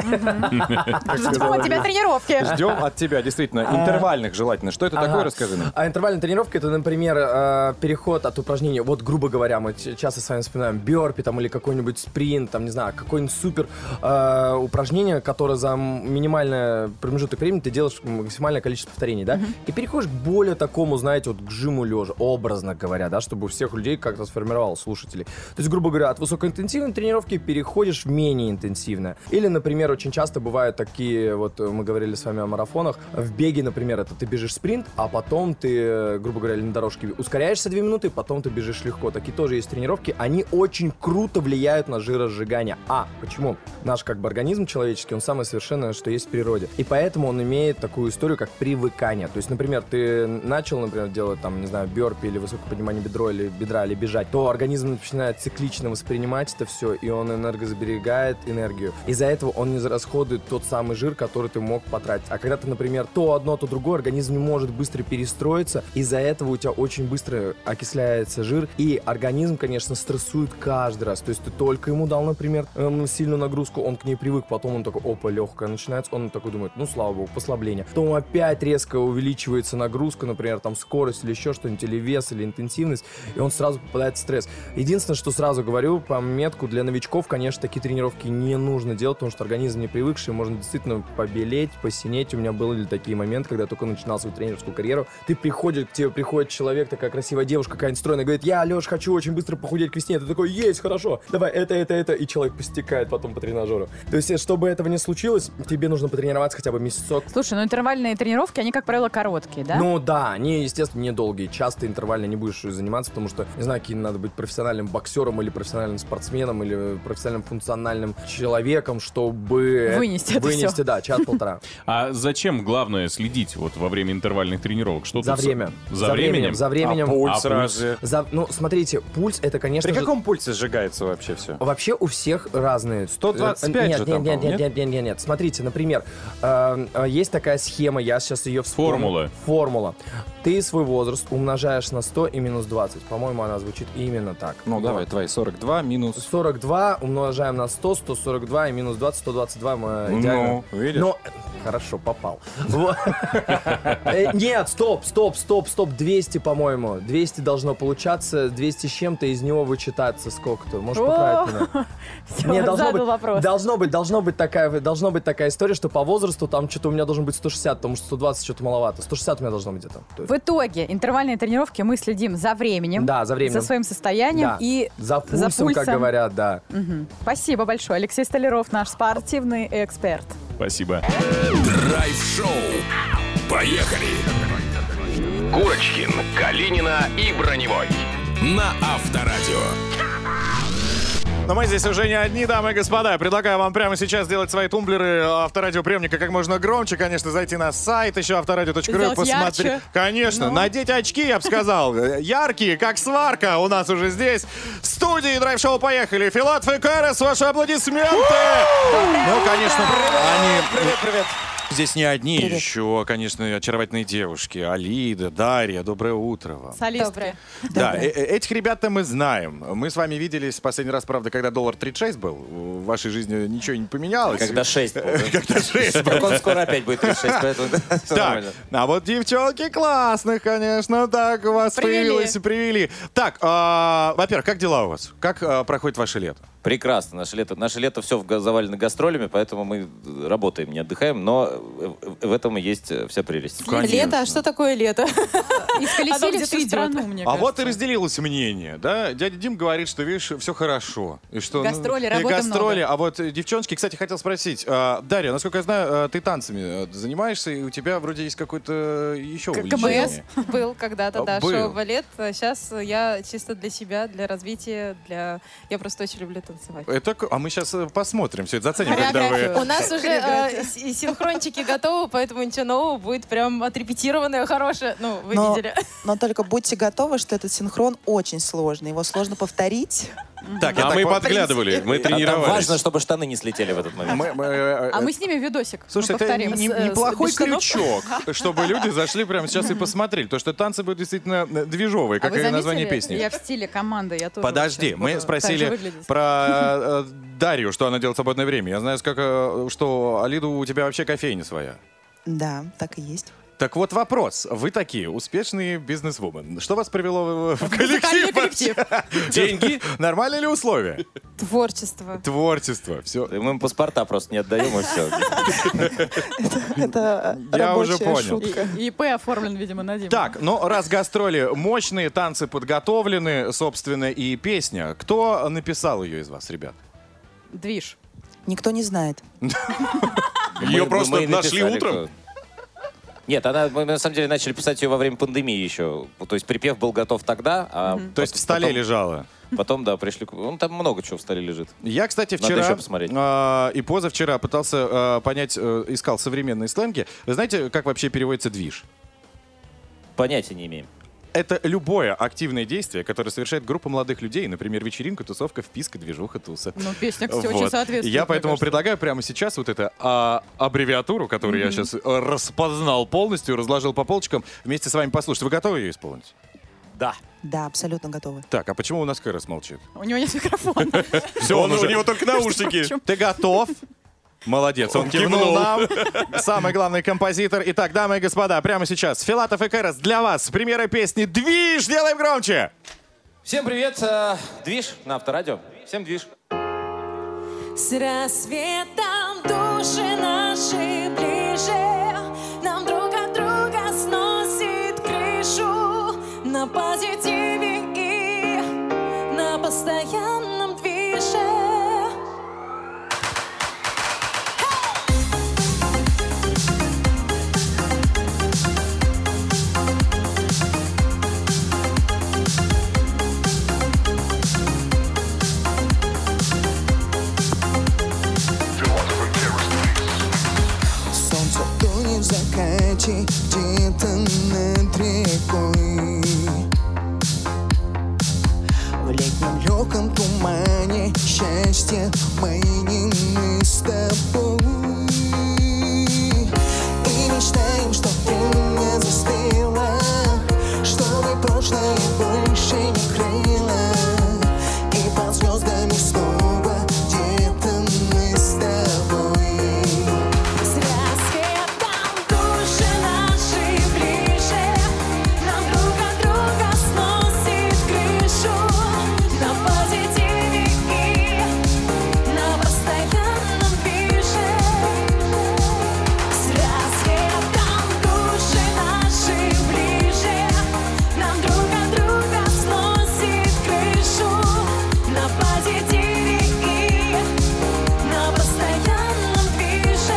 Ждем от тебя тренировки. Ждем от тебя, действительно, интервальных желательно. Что это Ага. такое, расскажи нам. А интервальная тренировка — это, например, э, переход от упражнения. Вот, грубо говоря, мы ч- часто с вами вспоминаем бёрпи там, или какой-нибудь спринт, там, не знаю, какое-нибудь супер э, упражнение, которое за минимальный промежуток времени ты делаешь максимальное количество повторений, да? И переходишь к более такому, знаете, вот к жиму лежа, образно говоря, да, чтобы у всех людей как-то сформировалось слушателей. То есть, грубо говоря, от высокоинтенсивной тренировки переходишь в менее интенсивное. Или, например, очень часто бывают такие, вот мы говорили с вами о марафонах, в беге, например, это ты бежишь спринт, а потом ты, грубо говоря, на дорожке ускоряешься две минуты, потом ты бежишь легко. Такие тоже есть тренировки, они очень круто влияют на жиросжигание. А, почему? Наш как бы организм человеческий, он самое совершенное, что есть в природе. И поэтому он имеет такую историю, как привыкание. То есть, например, ты начал, например, делать там, не знаю, бёрпи или высокое поднимание бедро или бедра, или бежать, то организм начинает циклично воспринимать это все, и он энергосберегает энергию. Из-за этого он не расходует тот самый жир, который ты мог потратить. А когда ты, например, то одно, то другое, организм не может быстро перестроиться, из-за этого у тебя очень быстро окисляется жир, и организм, конечно, стрессует каждый раз. То есть ты только ему дал, например, эм, сильную нагрузку, он к ней привык, потом он такой, опа, легкая начинается, он такой думает, ну, слава богу, послабление. Потом опять резко увеличивается нагрузка, например, там скорость или еще что-нибудь, или вес, или интенсивность, и он сразу попадает в стресс. Единственное, что сразу говорю, по метку для новичков, конечно, такие тренировки не нужно делать, потому что организм не привыкший, можно действительно побелеть, посинеть. У меня были такие моменты, когда я только начинал свою тренерскую карьеру. Ты приходишь, к тебе приходит человек, такая красивая девушка, какая-нибудь стройная, говорит, я, Леш, хочу очень быстро похудеть к весне. Ты такой, есть, хорошо, давай, это, это, это, и человек постекает потом по тренажеру. То есть, чтобы этого не случилось, тебе нужно потренироваться хотя бы месяцок. Слушай, ну интервальные тренировки, они, как правило, короткие, да? Ну да, они, естественно, недолгие. Часто интервально не будешь заниматься, потому что, не знаю, каким надо быть профессиональным боксером или профессиональным спортсменом или профессиональным функциональным человеком, чтобы Вынести это вынести, всё. да, час-полтора. А зачем главное следить вот во время интервальных тренировок? Что За тут с- время. За, временем? За временем. А пульс А разве? За- ну, смотрите, пульс это, конечно При же... каком пульсе сжигается вообще все? Вообще у всех разные. сто двадцать пять Э, нет, же нет, там, нет, нет, нет, нет, нет, нет, нет. Смотрите, например, э, э, есть такая схема, я сейчас ее вспомню. Формула. Формула. Ты свой возраст умножаешь на сто и минус двадцать. По-моему, она звучит именно так. Ну, Вот. давай, твои сорок два минус... сорок два умножаем на сто, сто сорок два и минус двадцать, сто двадцать два. Мы идеально. Ну, видишь? Но, хорошо, попал. Вот. Э, Нет, стоп, стоп, стоп, стоп. двести, по-моему. двести должно получаться. двести с чем-то, из него вычитаться сколько-то. Можешь поправить меня? Всё, Не, должно задал быть, вопрос. должно быть, должно быть такая, должно быть такая история, что по возрасту там что-то у меня должен быть сто шестьдат, потому что сто двадцать что-то маловато. сто шестьдат у меня должно быть где-то. В итоге интервальные тренировки мы следим за временем, Да, за временем. за своим состоянием Да. и За пульсом, как говорят, да. Мгм. Спасибо большое. Алексей Столяров, наш спортивный эксперт. Спасибо. Драйв-шоу. Поехали! Курочкин, Калинина и Броневой. На Авторадио. Но мы здесь уже не одни, дамы и господа. Я предлагаю вам прямо сейчас сделать свои тумблеры авторадиоприемника как можно громче. Конечно, зайти на сайт еще авторадио точка ру и Сделать посмотреть. ярче. Конечно, Ну. надеть очки, я бы сказал. Яркие, как сварка. У нас уже здесь в студии драйв-шоу «Поехали». Филатов и Кэрос, ваши аплодисменты. Ну, конечно, они... Привет, привет. Здесь не одни еще, конечно, очаровательные девушки. Алида, Дарья, доброе утро вам. Солистки. Да, э- э- этих ребят-то мы знаем. Мы с вами виделись последний раз, правда, когда доллар тридцать шесть был. В вашей жизни ничего не поменялось. Когда шесть был, да? Когда шесть. Так он скоро опять будет тридцать шесть, поэтому всё Так, нормально. а вот девчонки классных, конечно, так у вас Привели. появилось и привели. Так, а, во-первых, как дела у вас? Как а, проходит ваше лето? Прекрасно. Наше лето, наше лето все завалено гастролями, поэтому мы работаем, не отдыхаем, но в этом и есть вся прелесть. Лето? А что такое лето? Исколесили где-то всю идет. страну, мне А кажется. вот и разделилось мнение, да? Дядя Дим говорит, что, видишь, все хорошо. И что, Гастроли, и работы гастроли. много. А вот э, девчонки, кстати, хотел спросить. а, Дарья, насколько я знаю, а, ты танцами а, занимаешься, и у тебя вроде есть какое-то еще КБС увлечение. был когда-то, да, Был. шоу балет. Сейчас я чисто для себя, для развития, для... Я просто очень люблю танцевать. Это, к- а мы сейчас посмотрим, все это заценим, когда У вы... нас уже э, с- синхрончики готовы, поэтому ничего нового будет прям отрепетированное, хорошее. Ну, вы Но, видели. но только будьте готовы, что этот синхрон очень сложный. Его сложно повторить. Так, я А так мы по- подглядывали, мы А там тренировались. важно, чтобы штаны не слетели в этот момент. Мы- мы, э, А мы снимем видосик. Слушай, мы это повторим. не- С- э, неплохой без штанов. крючок, чтобы люди зашли прямо сейчас и посмотрели. То, что танцы будут действительно э, движовые, А как вы и заметили? название песни. Я в стиле команды, я тоже. Подожди, сейчас мы буду спросили так же выглядеть. про э, Дарью, что она делает в свободное время. Я знаю, как, э, что, Алида, у тебя вообще кофейня своя. Да, так и есть. Так вот вопрос. Вы такие успешные бизнес-вумен. Что вас привело в, в коллектив? Музыкальный коллектив. Деньги? Нормальные ли условия? Творчество. Творчество. Все. Мы им паспорта просто не отдаем, и все. Это Я уже рабочая понял. шутка. И ИП оформлен, видимо, на Диму. Так, ну раз гастроли мощные, танцы подготовлены, собственно, и песня. Кто написал ее из вас, ребят? Движ. Никто не знает. Ее Мы- просто мы и нашли написали, утром. кто- Нет, она, мы на самом деле начали писать ее во время пандемии еще. То есть припев был готов тогда, а То есть в столе потом- лежала? Потом, да, пришли... к- Ну, там много чего в столе лежит. Я, кстати, Надо вчера еще посмотреть. а, и позавчера пытался а, понять, э, искал современные сленги. Вы знаете, как вообще переводится движ? Понятия не имеем. Это любое активное действие, которое совершает группа молодых людей, например, вечеринка, тусовка, вписка, движуха, туса. Ну, песня, кстати, Вот. очень соответствует. Я мне поэтому кажется. предлагаю прямо сейчас вот эту а, аббревиатуру, которую я сейчас распознал полностью, разложил по полочкам, вместе с вами послушать. Вы готовы ее исполнить? Да. Да, абсолютно готовы. Так, а почему у нас Кэрос молчит? У него нет микрофона. Все, Он, у него только наушники. Ты готов? Молодец, он, Он кивнул, кивнул. нам. Самый главный композитор. Итак, дамы и господа, прямо сейчас Филатов и Кэрос для вас. Премьера песни «Движ». Делаем громче. Всем привет. э, Движ на Авторадио. Всем движ. С рассветом души наши ближе, нам друг от друга сносит крышу. На позитиве и на постоянном движе. Солнце тонет в закате где-то над рекой. В летнем легком тумане счастья мы не мы. мы с тобой. И мечтаем, чтоб ты не застыла, чтобы прошлое больше не крыло. И под звездами снова где-то мы с тобой. Зря светом души наши ближе, нам друг от друга сносит крышу. На позитиве и на постоянном движе. Зря светом души наши ближе, нам друг от друга сносит крышу. На позитиве и на постоянном движе.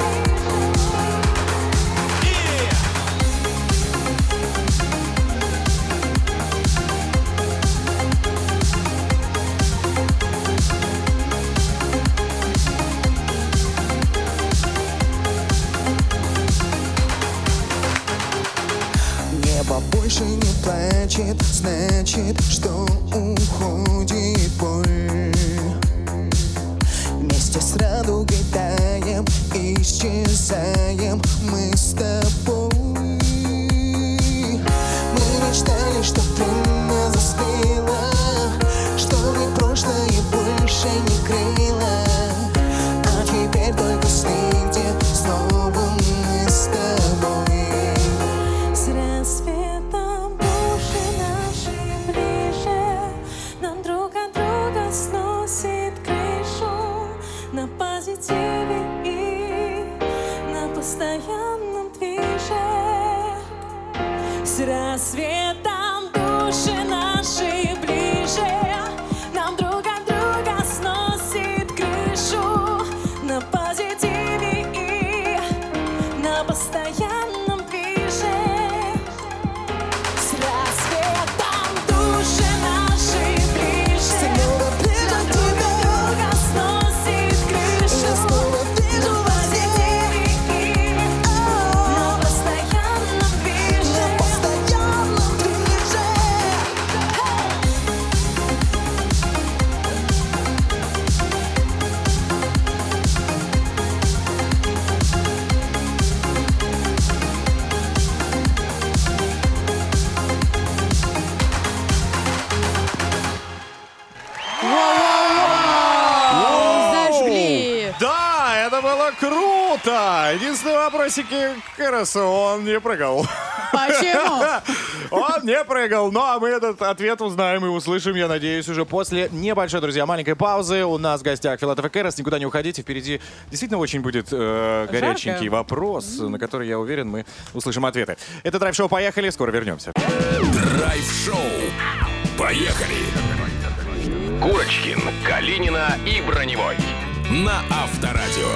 Небо больше не плачет, значит, что уходит боль. Вместе с радугой таем, исчезаем мы с тобой. Мы мечтали, чтоб ты не застыла, чтобы прошлое больше не крыло. А теперь только сны, где снова мы с тобой. Зря светом души наши ближе, нам друг от друга сносит крышу. На позитиве и на постоянном движе. Зря светом души наши ближе, нам друг от друга сносит крышу. На позитиве и на постоянном движе. Зря светом души наши ближе, нам друг от друга сносит крышу. На позитиве и на постоянном движе. Зажгли! Да, это было круто! Единственный вопросики к Кэросу, он не прыгал. Почему? Он не прыгал, ну а мы этот ответ узнаем и услышим, я надеюсь, уже после небольшой, друзья, маленькой паузы. У нас в гостях Филатов и Кэрос, никуда не уходите, впери действительно очень будет э, горяченький вопрос, на который, я уверен, мы услышим ответы. Это драйв-шоу «Поехали», скоро вернемся. Драйв-шоу. Поехали! Курочкин, Калинина и Броневой. На Авторадио.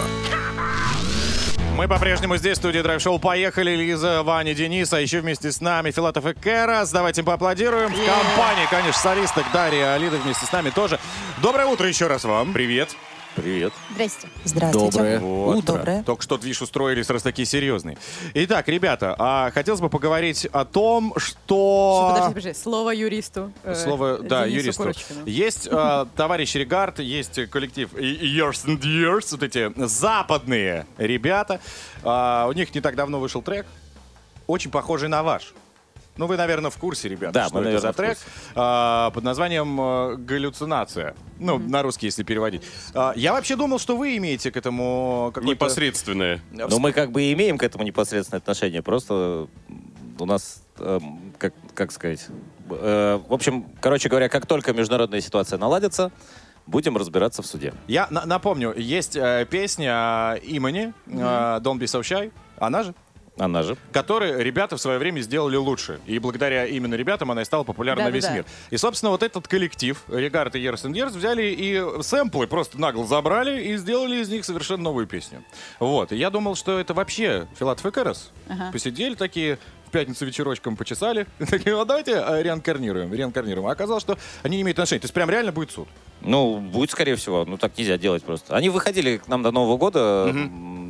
Мы по-прежнему здесь, в студии драйв-шоу «Поехали». Лиза, Ваня, Денис, а еще вместе с нами Филатов и Кэрос. Давайте им поаплодируем. В компании, конечно, солисток Дарья, Алида вместе с нами тоже. Доброе утро еще раз вам. Привет. Привет. Здрасте. Здравствуйте. Доброе утро. Доброе. Только что движ устроились, раз такие серьезные. Итак, ребята, а хотелось бы поговорить о том, что... Что, подожди, подожди, слово юристу. э, Слово, да, Денису юристу. Курочкину. Есть э, товарищ Регард, есть коллектив Years and Years, вот эти западные ребята. Э, у них не так давно вышел трек, очень похожий на ваш. Ну, вы, наверное, в курсе, ребята, Да, что мы, это наверное, за трек э, под названием э, «Галлюцинация». Ну, mm-hmm. на русский, если переводить. Э, я вообще думал, что вы имеете к этому какое-то... Непосредственное. Ну, мы как бы имеем к этому непосредственное отношение, просто у нас, э, как, как сказать... Э, в общем, короче говоря, как только международная ситуация наладится, будем разбираться в суде. Я на- напомню, есть э, песня Имани, mm-hmm. э, «Don't be so shy», она же? Она же. Которые ребята в свое время сделали лучше. И благодаря именно ребятам она и стала популярна на весь Да-да-да. мир. И, собственно, вот этот коллектив, Регард и Years and Years, взяли и сэмплы просто нагло забрали и сделали из них совершенно новую песню. Вот. И я думал, что это вообще Филатов и Кэрос. Ага. Посидели такие, в пятницу вечерочком почесали. И такие, ну давайте э, реинкарнируем, реинкарнируем. А оказалось, что они не имеют отношения. То есть прям реально будет суд. Ну, будет, скорее всего. Ну, так нельзя делать просто. Они выходили к нам до Нового года. Мгм.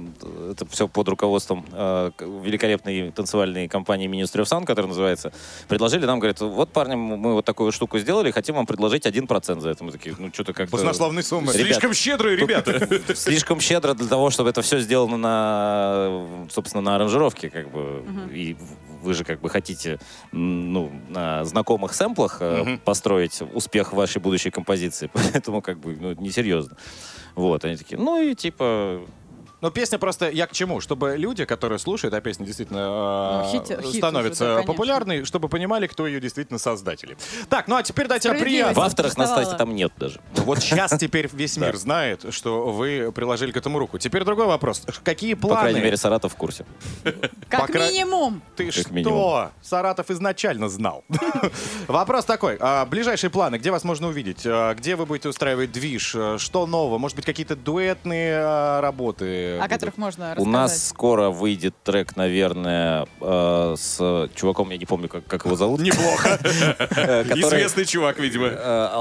это все под руководством э, великолепной танцевальной компании Ministry of Sound, которая называется, предложили нам, говорят, вот, парни, мы вот такую штуку сделали, хотим вам предложить один процент за это. Мы такие, ну, что-то как-то... Баснословные суммы. Ребят, Слишком щедрые ребята. Слишком щедро для того, чтобы это все сделано на, собственно, на аранжировке, как бы. И вы же как бы хотите, ну, на знакомых сэмплах uh-huh. построить успех вашей будущей композиции, поэтому как бы, ну, несерьезно. Вот, они такие, ну и типа... Но песня просто, я к чему? Чтобы люди, которые слушают, а песня действительно ну, хит, э, хит становится уже, да, популярной, чтобы понимали, кто ее действительно создатели. Так, ну а теперь дайте приятно. В авторах на сайте там нет даже. Вот сейчас теперь весь мир знает, что вы приложили к этому руку. Теперь другой вопрос. Какие планы? По крайней мере, Саратов в курсе. Как минимум. Ты что? Саратов изначально знал. Вопрос такой. Ближайшие планы. Где вас можно увидеть? Где вы будете устраивать движ? Что нового? Может быть, какие-то дуэтные работы? О которых можно рассказать. У нас скоро выйдет трек, наверное, э, с чуваком, я не помню, как, как его зовут. Неплохо. Известный чувак, видимо.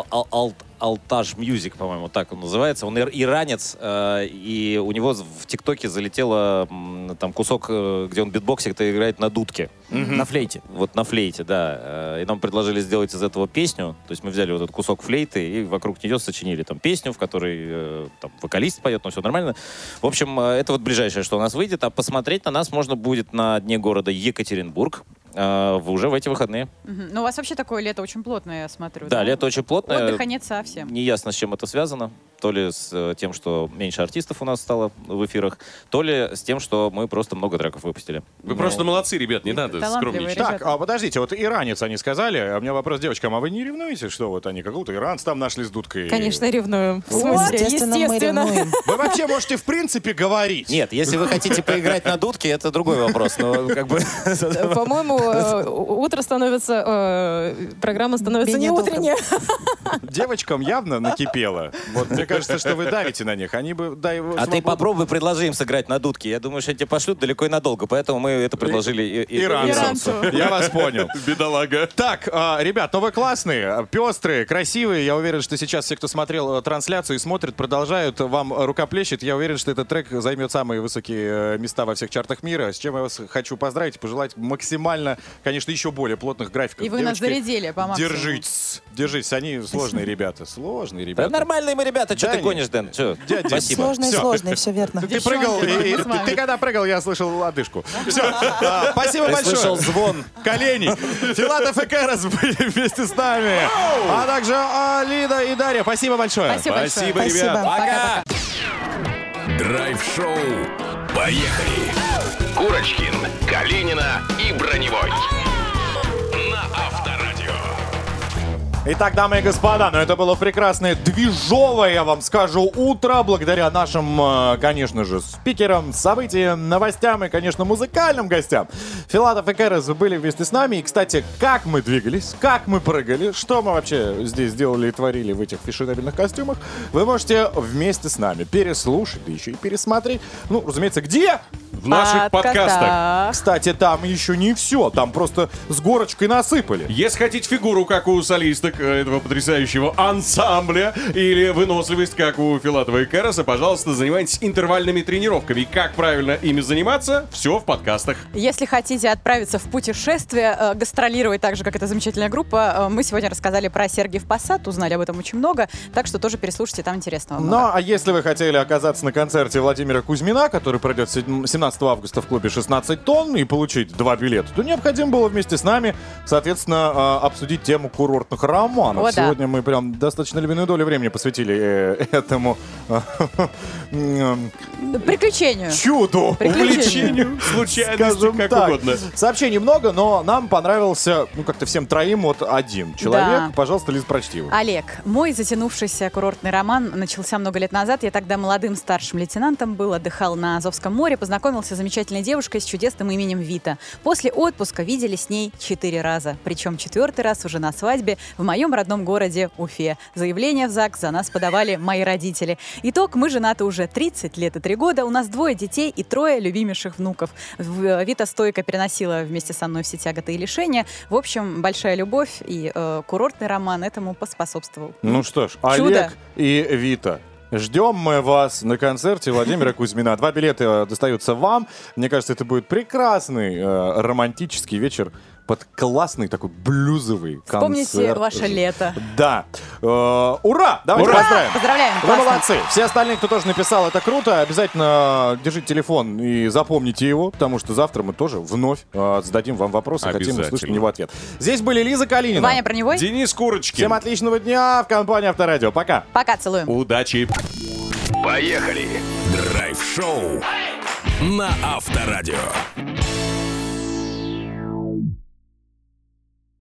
Алтаж Мьюзик, по-моему, так он называется. Он ир- иранец, э, и у него в ТикТоке залетело м, там кусок, э, где он битбоксит, кто играет на дудке. Mm-hmm. На флейте. Вот на флейте, да. Э, и нам предложили сделать из этого песню. То есть мы взяли вот этот кусок флейты и вокруг нее сочинили там песню, в которой э, там вокалист поет, но все нормально. В общем, э, это вот ближайшее, что у нас выйдет. А посмотреть на нас можно будет на дне города Екатеринбург. Uh, уже в эти выходные. Uh-huh. Ну, у вас вообще такое лето очень плотное, я смотрю. Да, да? лето очень плотное. Отдыха нет совсем. Неясно, с чем это связано. То ли с э, тем, что меньше артистов у нас стало в эфирах, то ли с тем, что мы просто много треков выпустили. Вы ну, просто молодцы, ребят, не надо скромничать. Так, а подождите, вот иранец они сказали, а у меня вопрос девочкам, а вы не ревнуете, что вот они какого-то иранца там нашли с дудкой? Конечно, ревнуем. В Вот, смысле, естественно, мы естественно. ревнуем. Вы вообще можете в принципе говорить. Нет, если вы хотите поиграть на дудке, это другой вопрос. Но как бы... По-моему, э, утро становится... э, программа становится не утренняя. Девочкам явно накипело. Вот мне кажется, что вы давите на них. Они бы дай А ты попробуй, предложи им сыграть на дудке. Я думаю, что они тебя пошлют далеко и надолго. Поэтому мы это предложили и, и, иранцу. Я вас понял. Бедолага. Так, э, ребят, ну вы классные, пестрые, красивые. Я уверен, что сейчас все, кто смотрел трансляцию и смотрит, продолжают вам рукоплещет. Я уверен, что этот трек займет самые высокие места во всех чартах мира. С чем я вас хочу поздравить и пожелать максимально, конечно, еще более плотных графиков. И вы нас зарядили по максимуму. Держитесь, держитесь. Они сложные ребята, сложные ребята. Да нормальные мы ребята, что Да ты нет. гонишь, Дэн? Чё? Дядя, Спасибо. Сложные, Всё. сложные, все верно. Ты прыгал, и- и- мы с ты, вами. ты когда прыгал, я слышал лодыжку. Все, а, спасибо Ты большое. слышал звон. Коленей. Филатов и Кэрос были вместе с нами. А также Алида и Дарья. Спасибо большое. Спасибо большое. Спасибо, ребят. Спасибо. Пока! Драйв-шоу. Поехали! Курочкин, Калинина и Броневой. На Авторадио. Итак, дамы и господа, ну это было прекрасное движовое, я вам скажу, утро. Благодаря нашим, э, конечно же, спикерам, событиям, новостям и, конечно, музыкальным гостям. Филатов и Кэрос были вместе с нами. И, кстати, как мы двигались, как мы прыгали, что мы вообще здесь делали и творили в этих фешенебельных костюмах, вы можете вместе с нами переслушать, да еще и пересмотреть. Ну, разумеется, где? В наших подкастах. Кстати, там еще не все, там просто с горочкой насыпали. Если хотите фигуру, как у солисток этого потрясающего ансамбля, или выносливость, как у Филатова и Кэроса, пожалуйста, занимайтесь интервальными тренировками. Как правильно ими заниматься, все в подкастах. Если хотите отправиться в путешествие, э, гастролировать так же, как эта замечательная группа, э, мы сегодня рассказали про Сергиев Посад, узнали об этом очень много, так что тоже переслушайте, там интересного много. Ну, а если вы хотели оказаться на концерте Владимира Кузьмина, который пройдет семнадцатого августа в клубе шестнадцать тонн и получить два билета, то необходимо было вместе с нами, соответственно, э, обсудить тему курортных романов. О, да. Сегодня мы прям достаточно львиную долю времени посвятили э, этому э, э, Приключению. чуду, Увлечению, случайности, скажем как так. угодно. Сообщений много, но нам понравился, ну, как-то всем троим вот один человек. Да. Пожалуйста, Лиз, прочти его. Олег, мой затянувшийся курортный роман начался много лет назад. Я тогда молодым старшим лейтенантом был, отдыхал на Азовском море, познакомился с замечательной девушкой с чудесным именем Вита. После отпуска видели с ней четыре раза. Причем четвертый раз уже на свадьбе в моем родном городе Уфе. Заявление в ЗАГС за нас подавали мои родители. Итог, мы женаты уже тридцать лет и три года. У нас двое детей и трое любимейших внуков. В- Вита стойко переносила вместе со мной все тяготы и лишения. В общем, большая любовь и э, курортный роман этому поспособствовал. Ну что ж, Чудо. Олег и Вита. Ждем мы вас на концерте Владимира Кузьмина. Два билета достаются вам. Мне кажется, это будет прекрасный э, романтический вечер под классный такой блюзовый концерт. Вспомните ваше лето. Да. Э, ура! Давайте Ура! поздравим. Поздравляем, Вы классно. молодцы. Все остальные, кто тоже написал, это круто. Обязательно держите телефон и запомните его, потому что завтра мы тоже вновь э, зададим вам вопросы, хотим Обязательно. услышать на него ответ. Здесь были Лиза Калинина. Ваня Броневой. Денис Курочкин. Всем отличного дня в компании Авторадио. Пока. Пока, целуем. Удачи. Поехали! Драйв-шоу на Авторадио.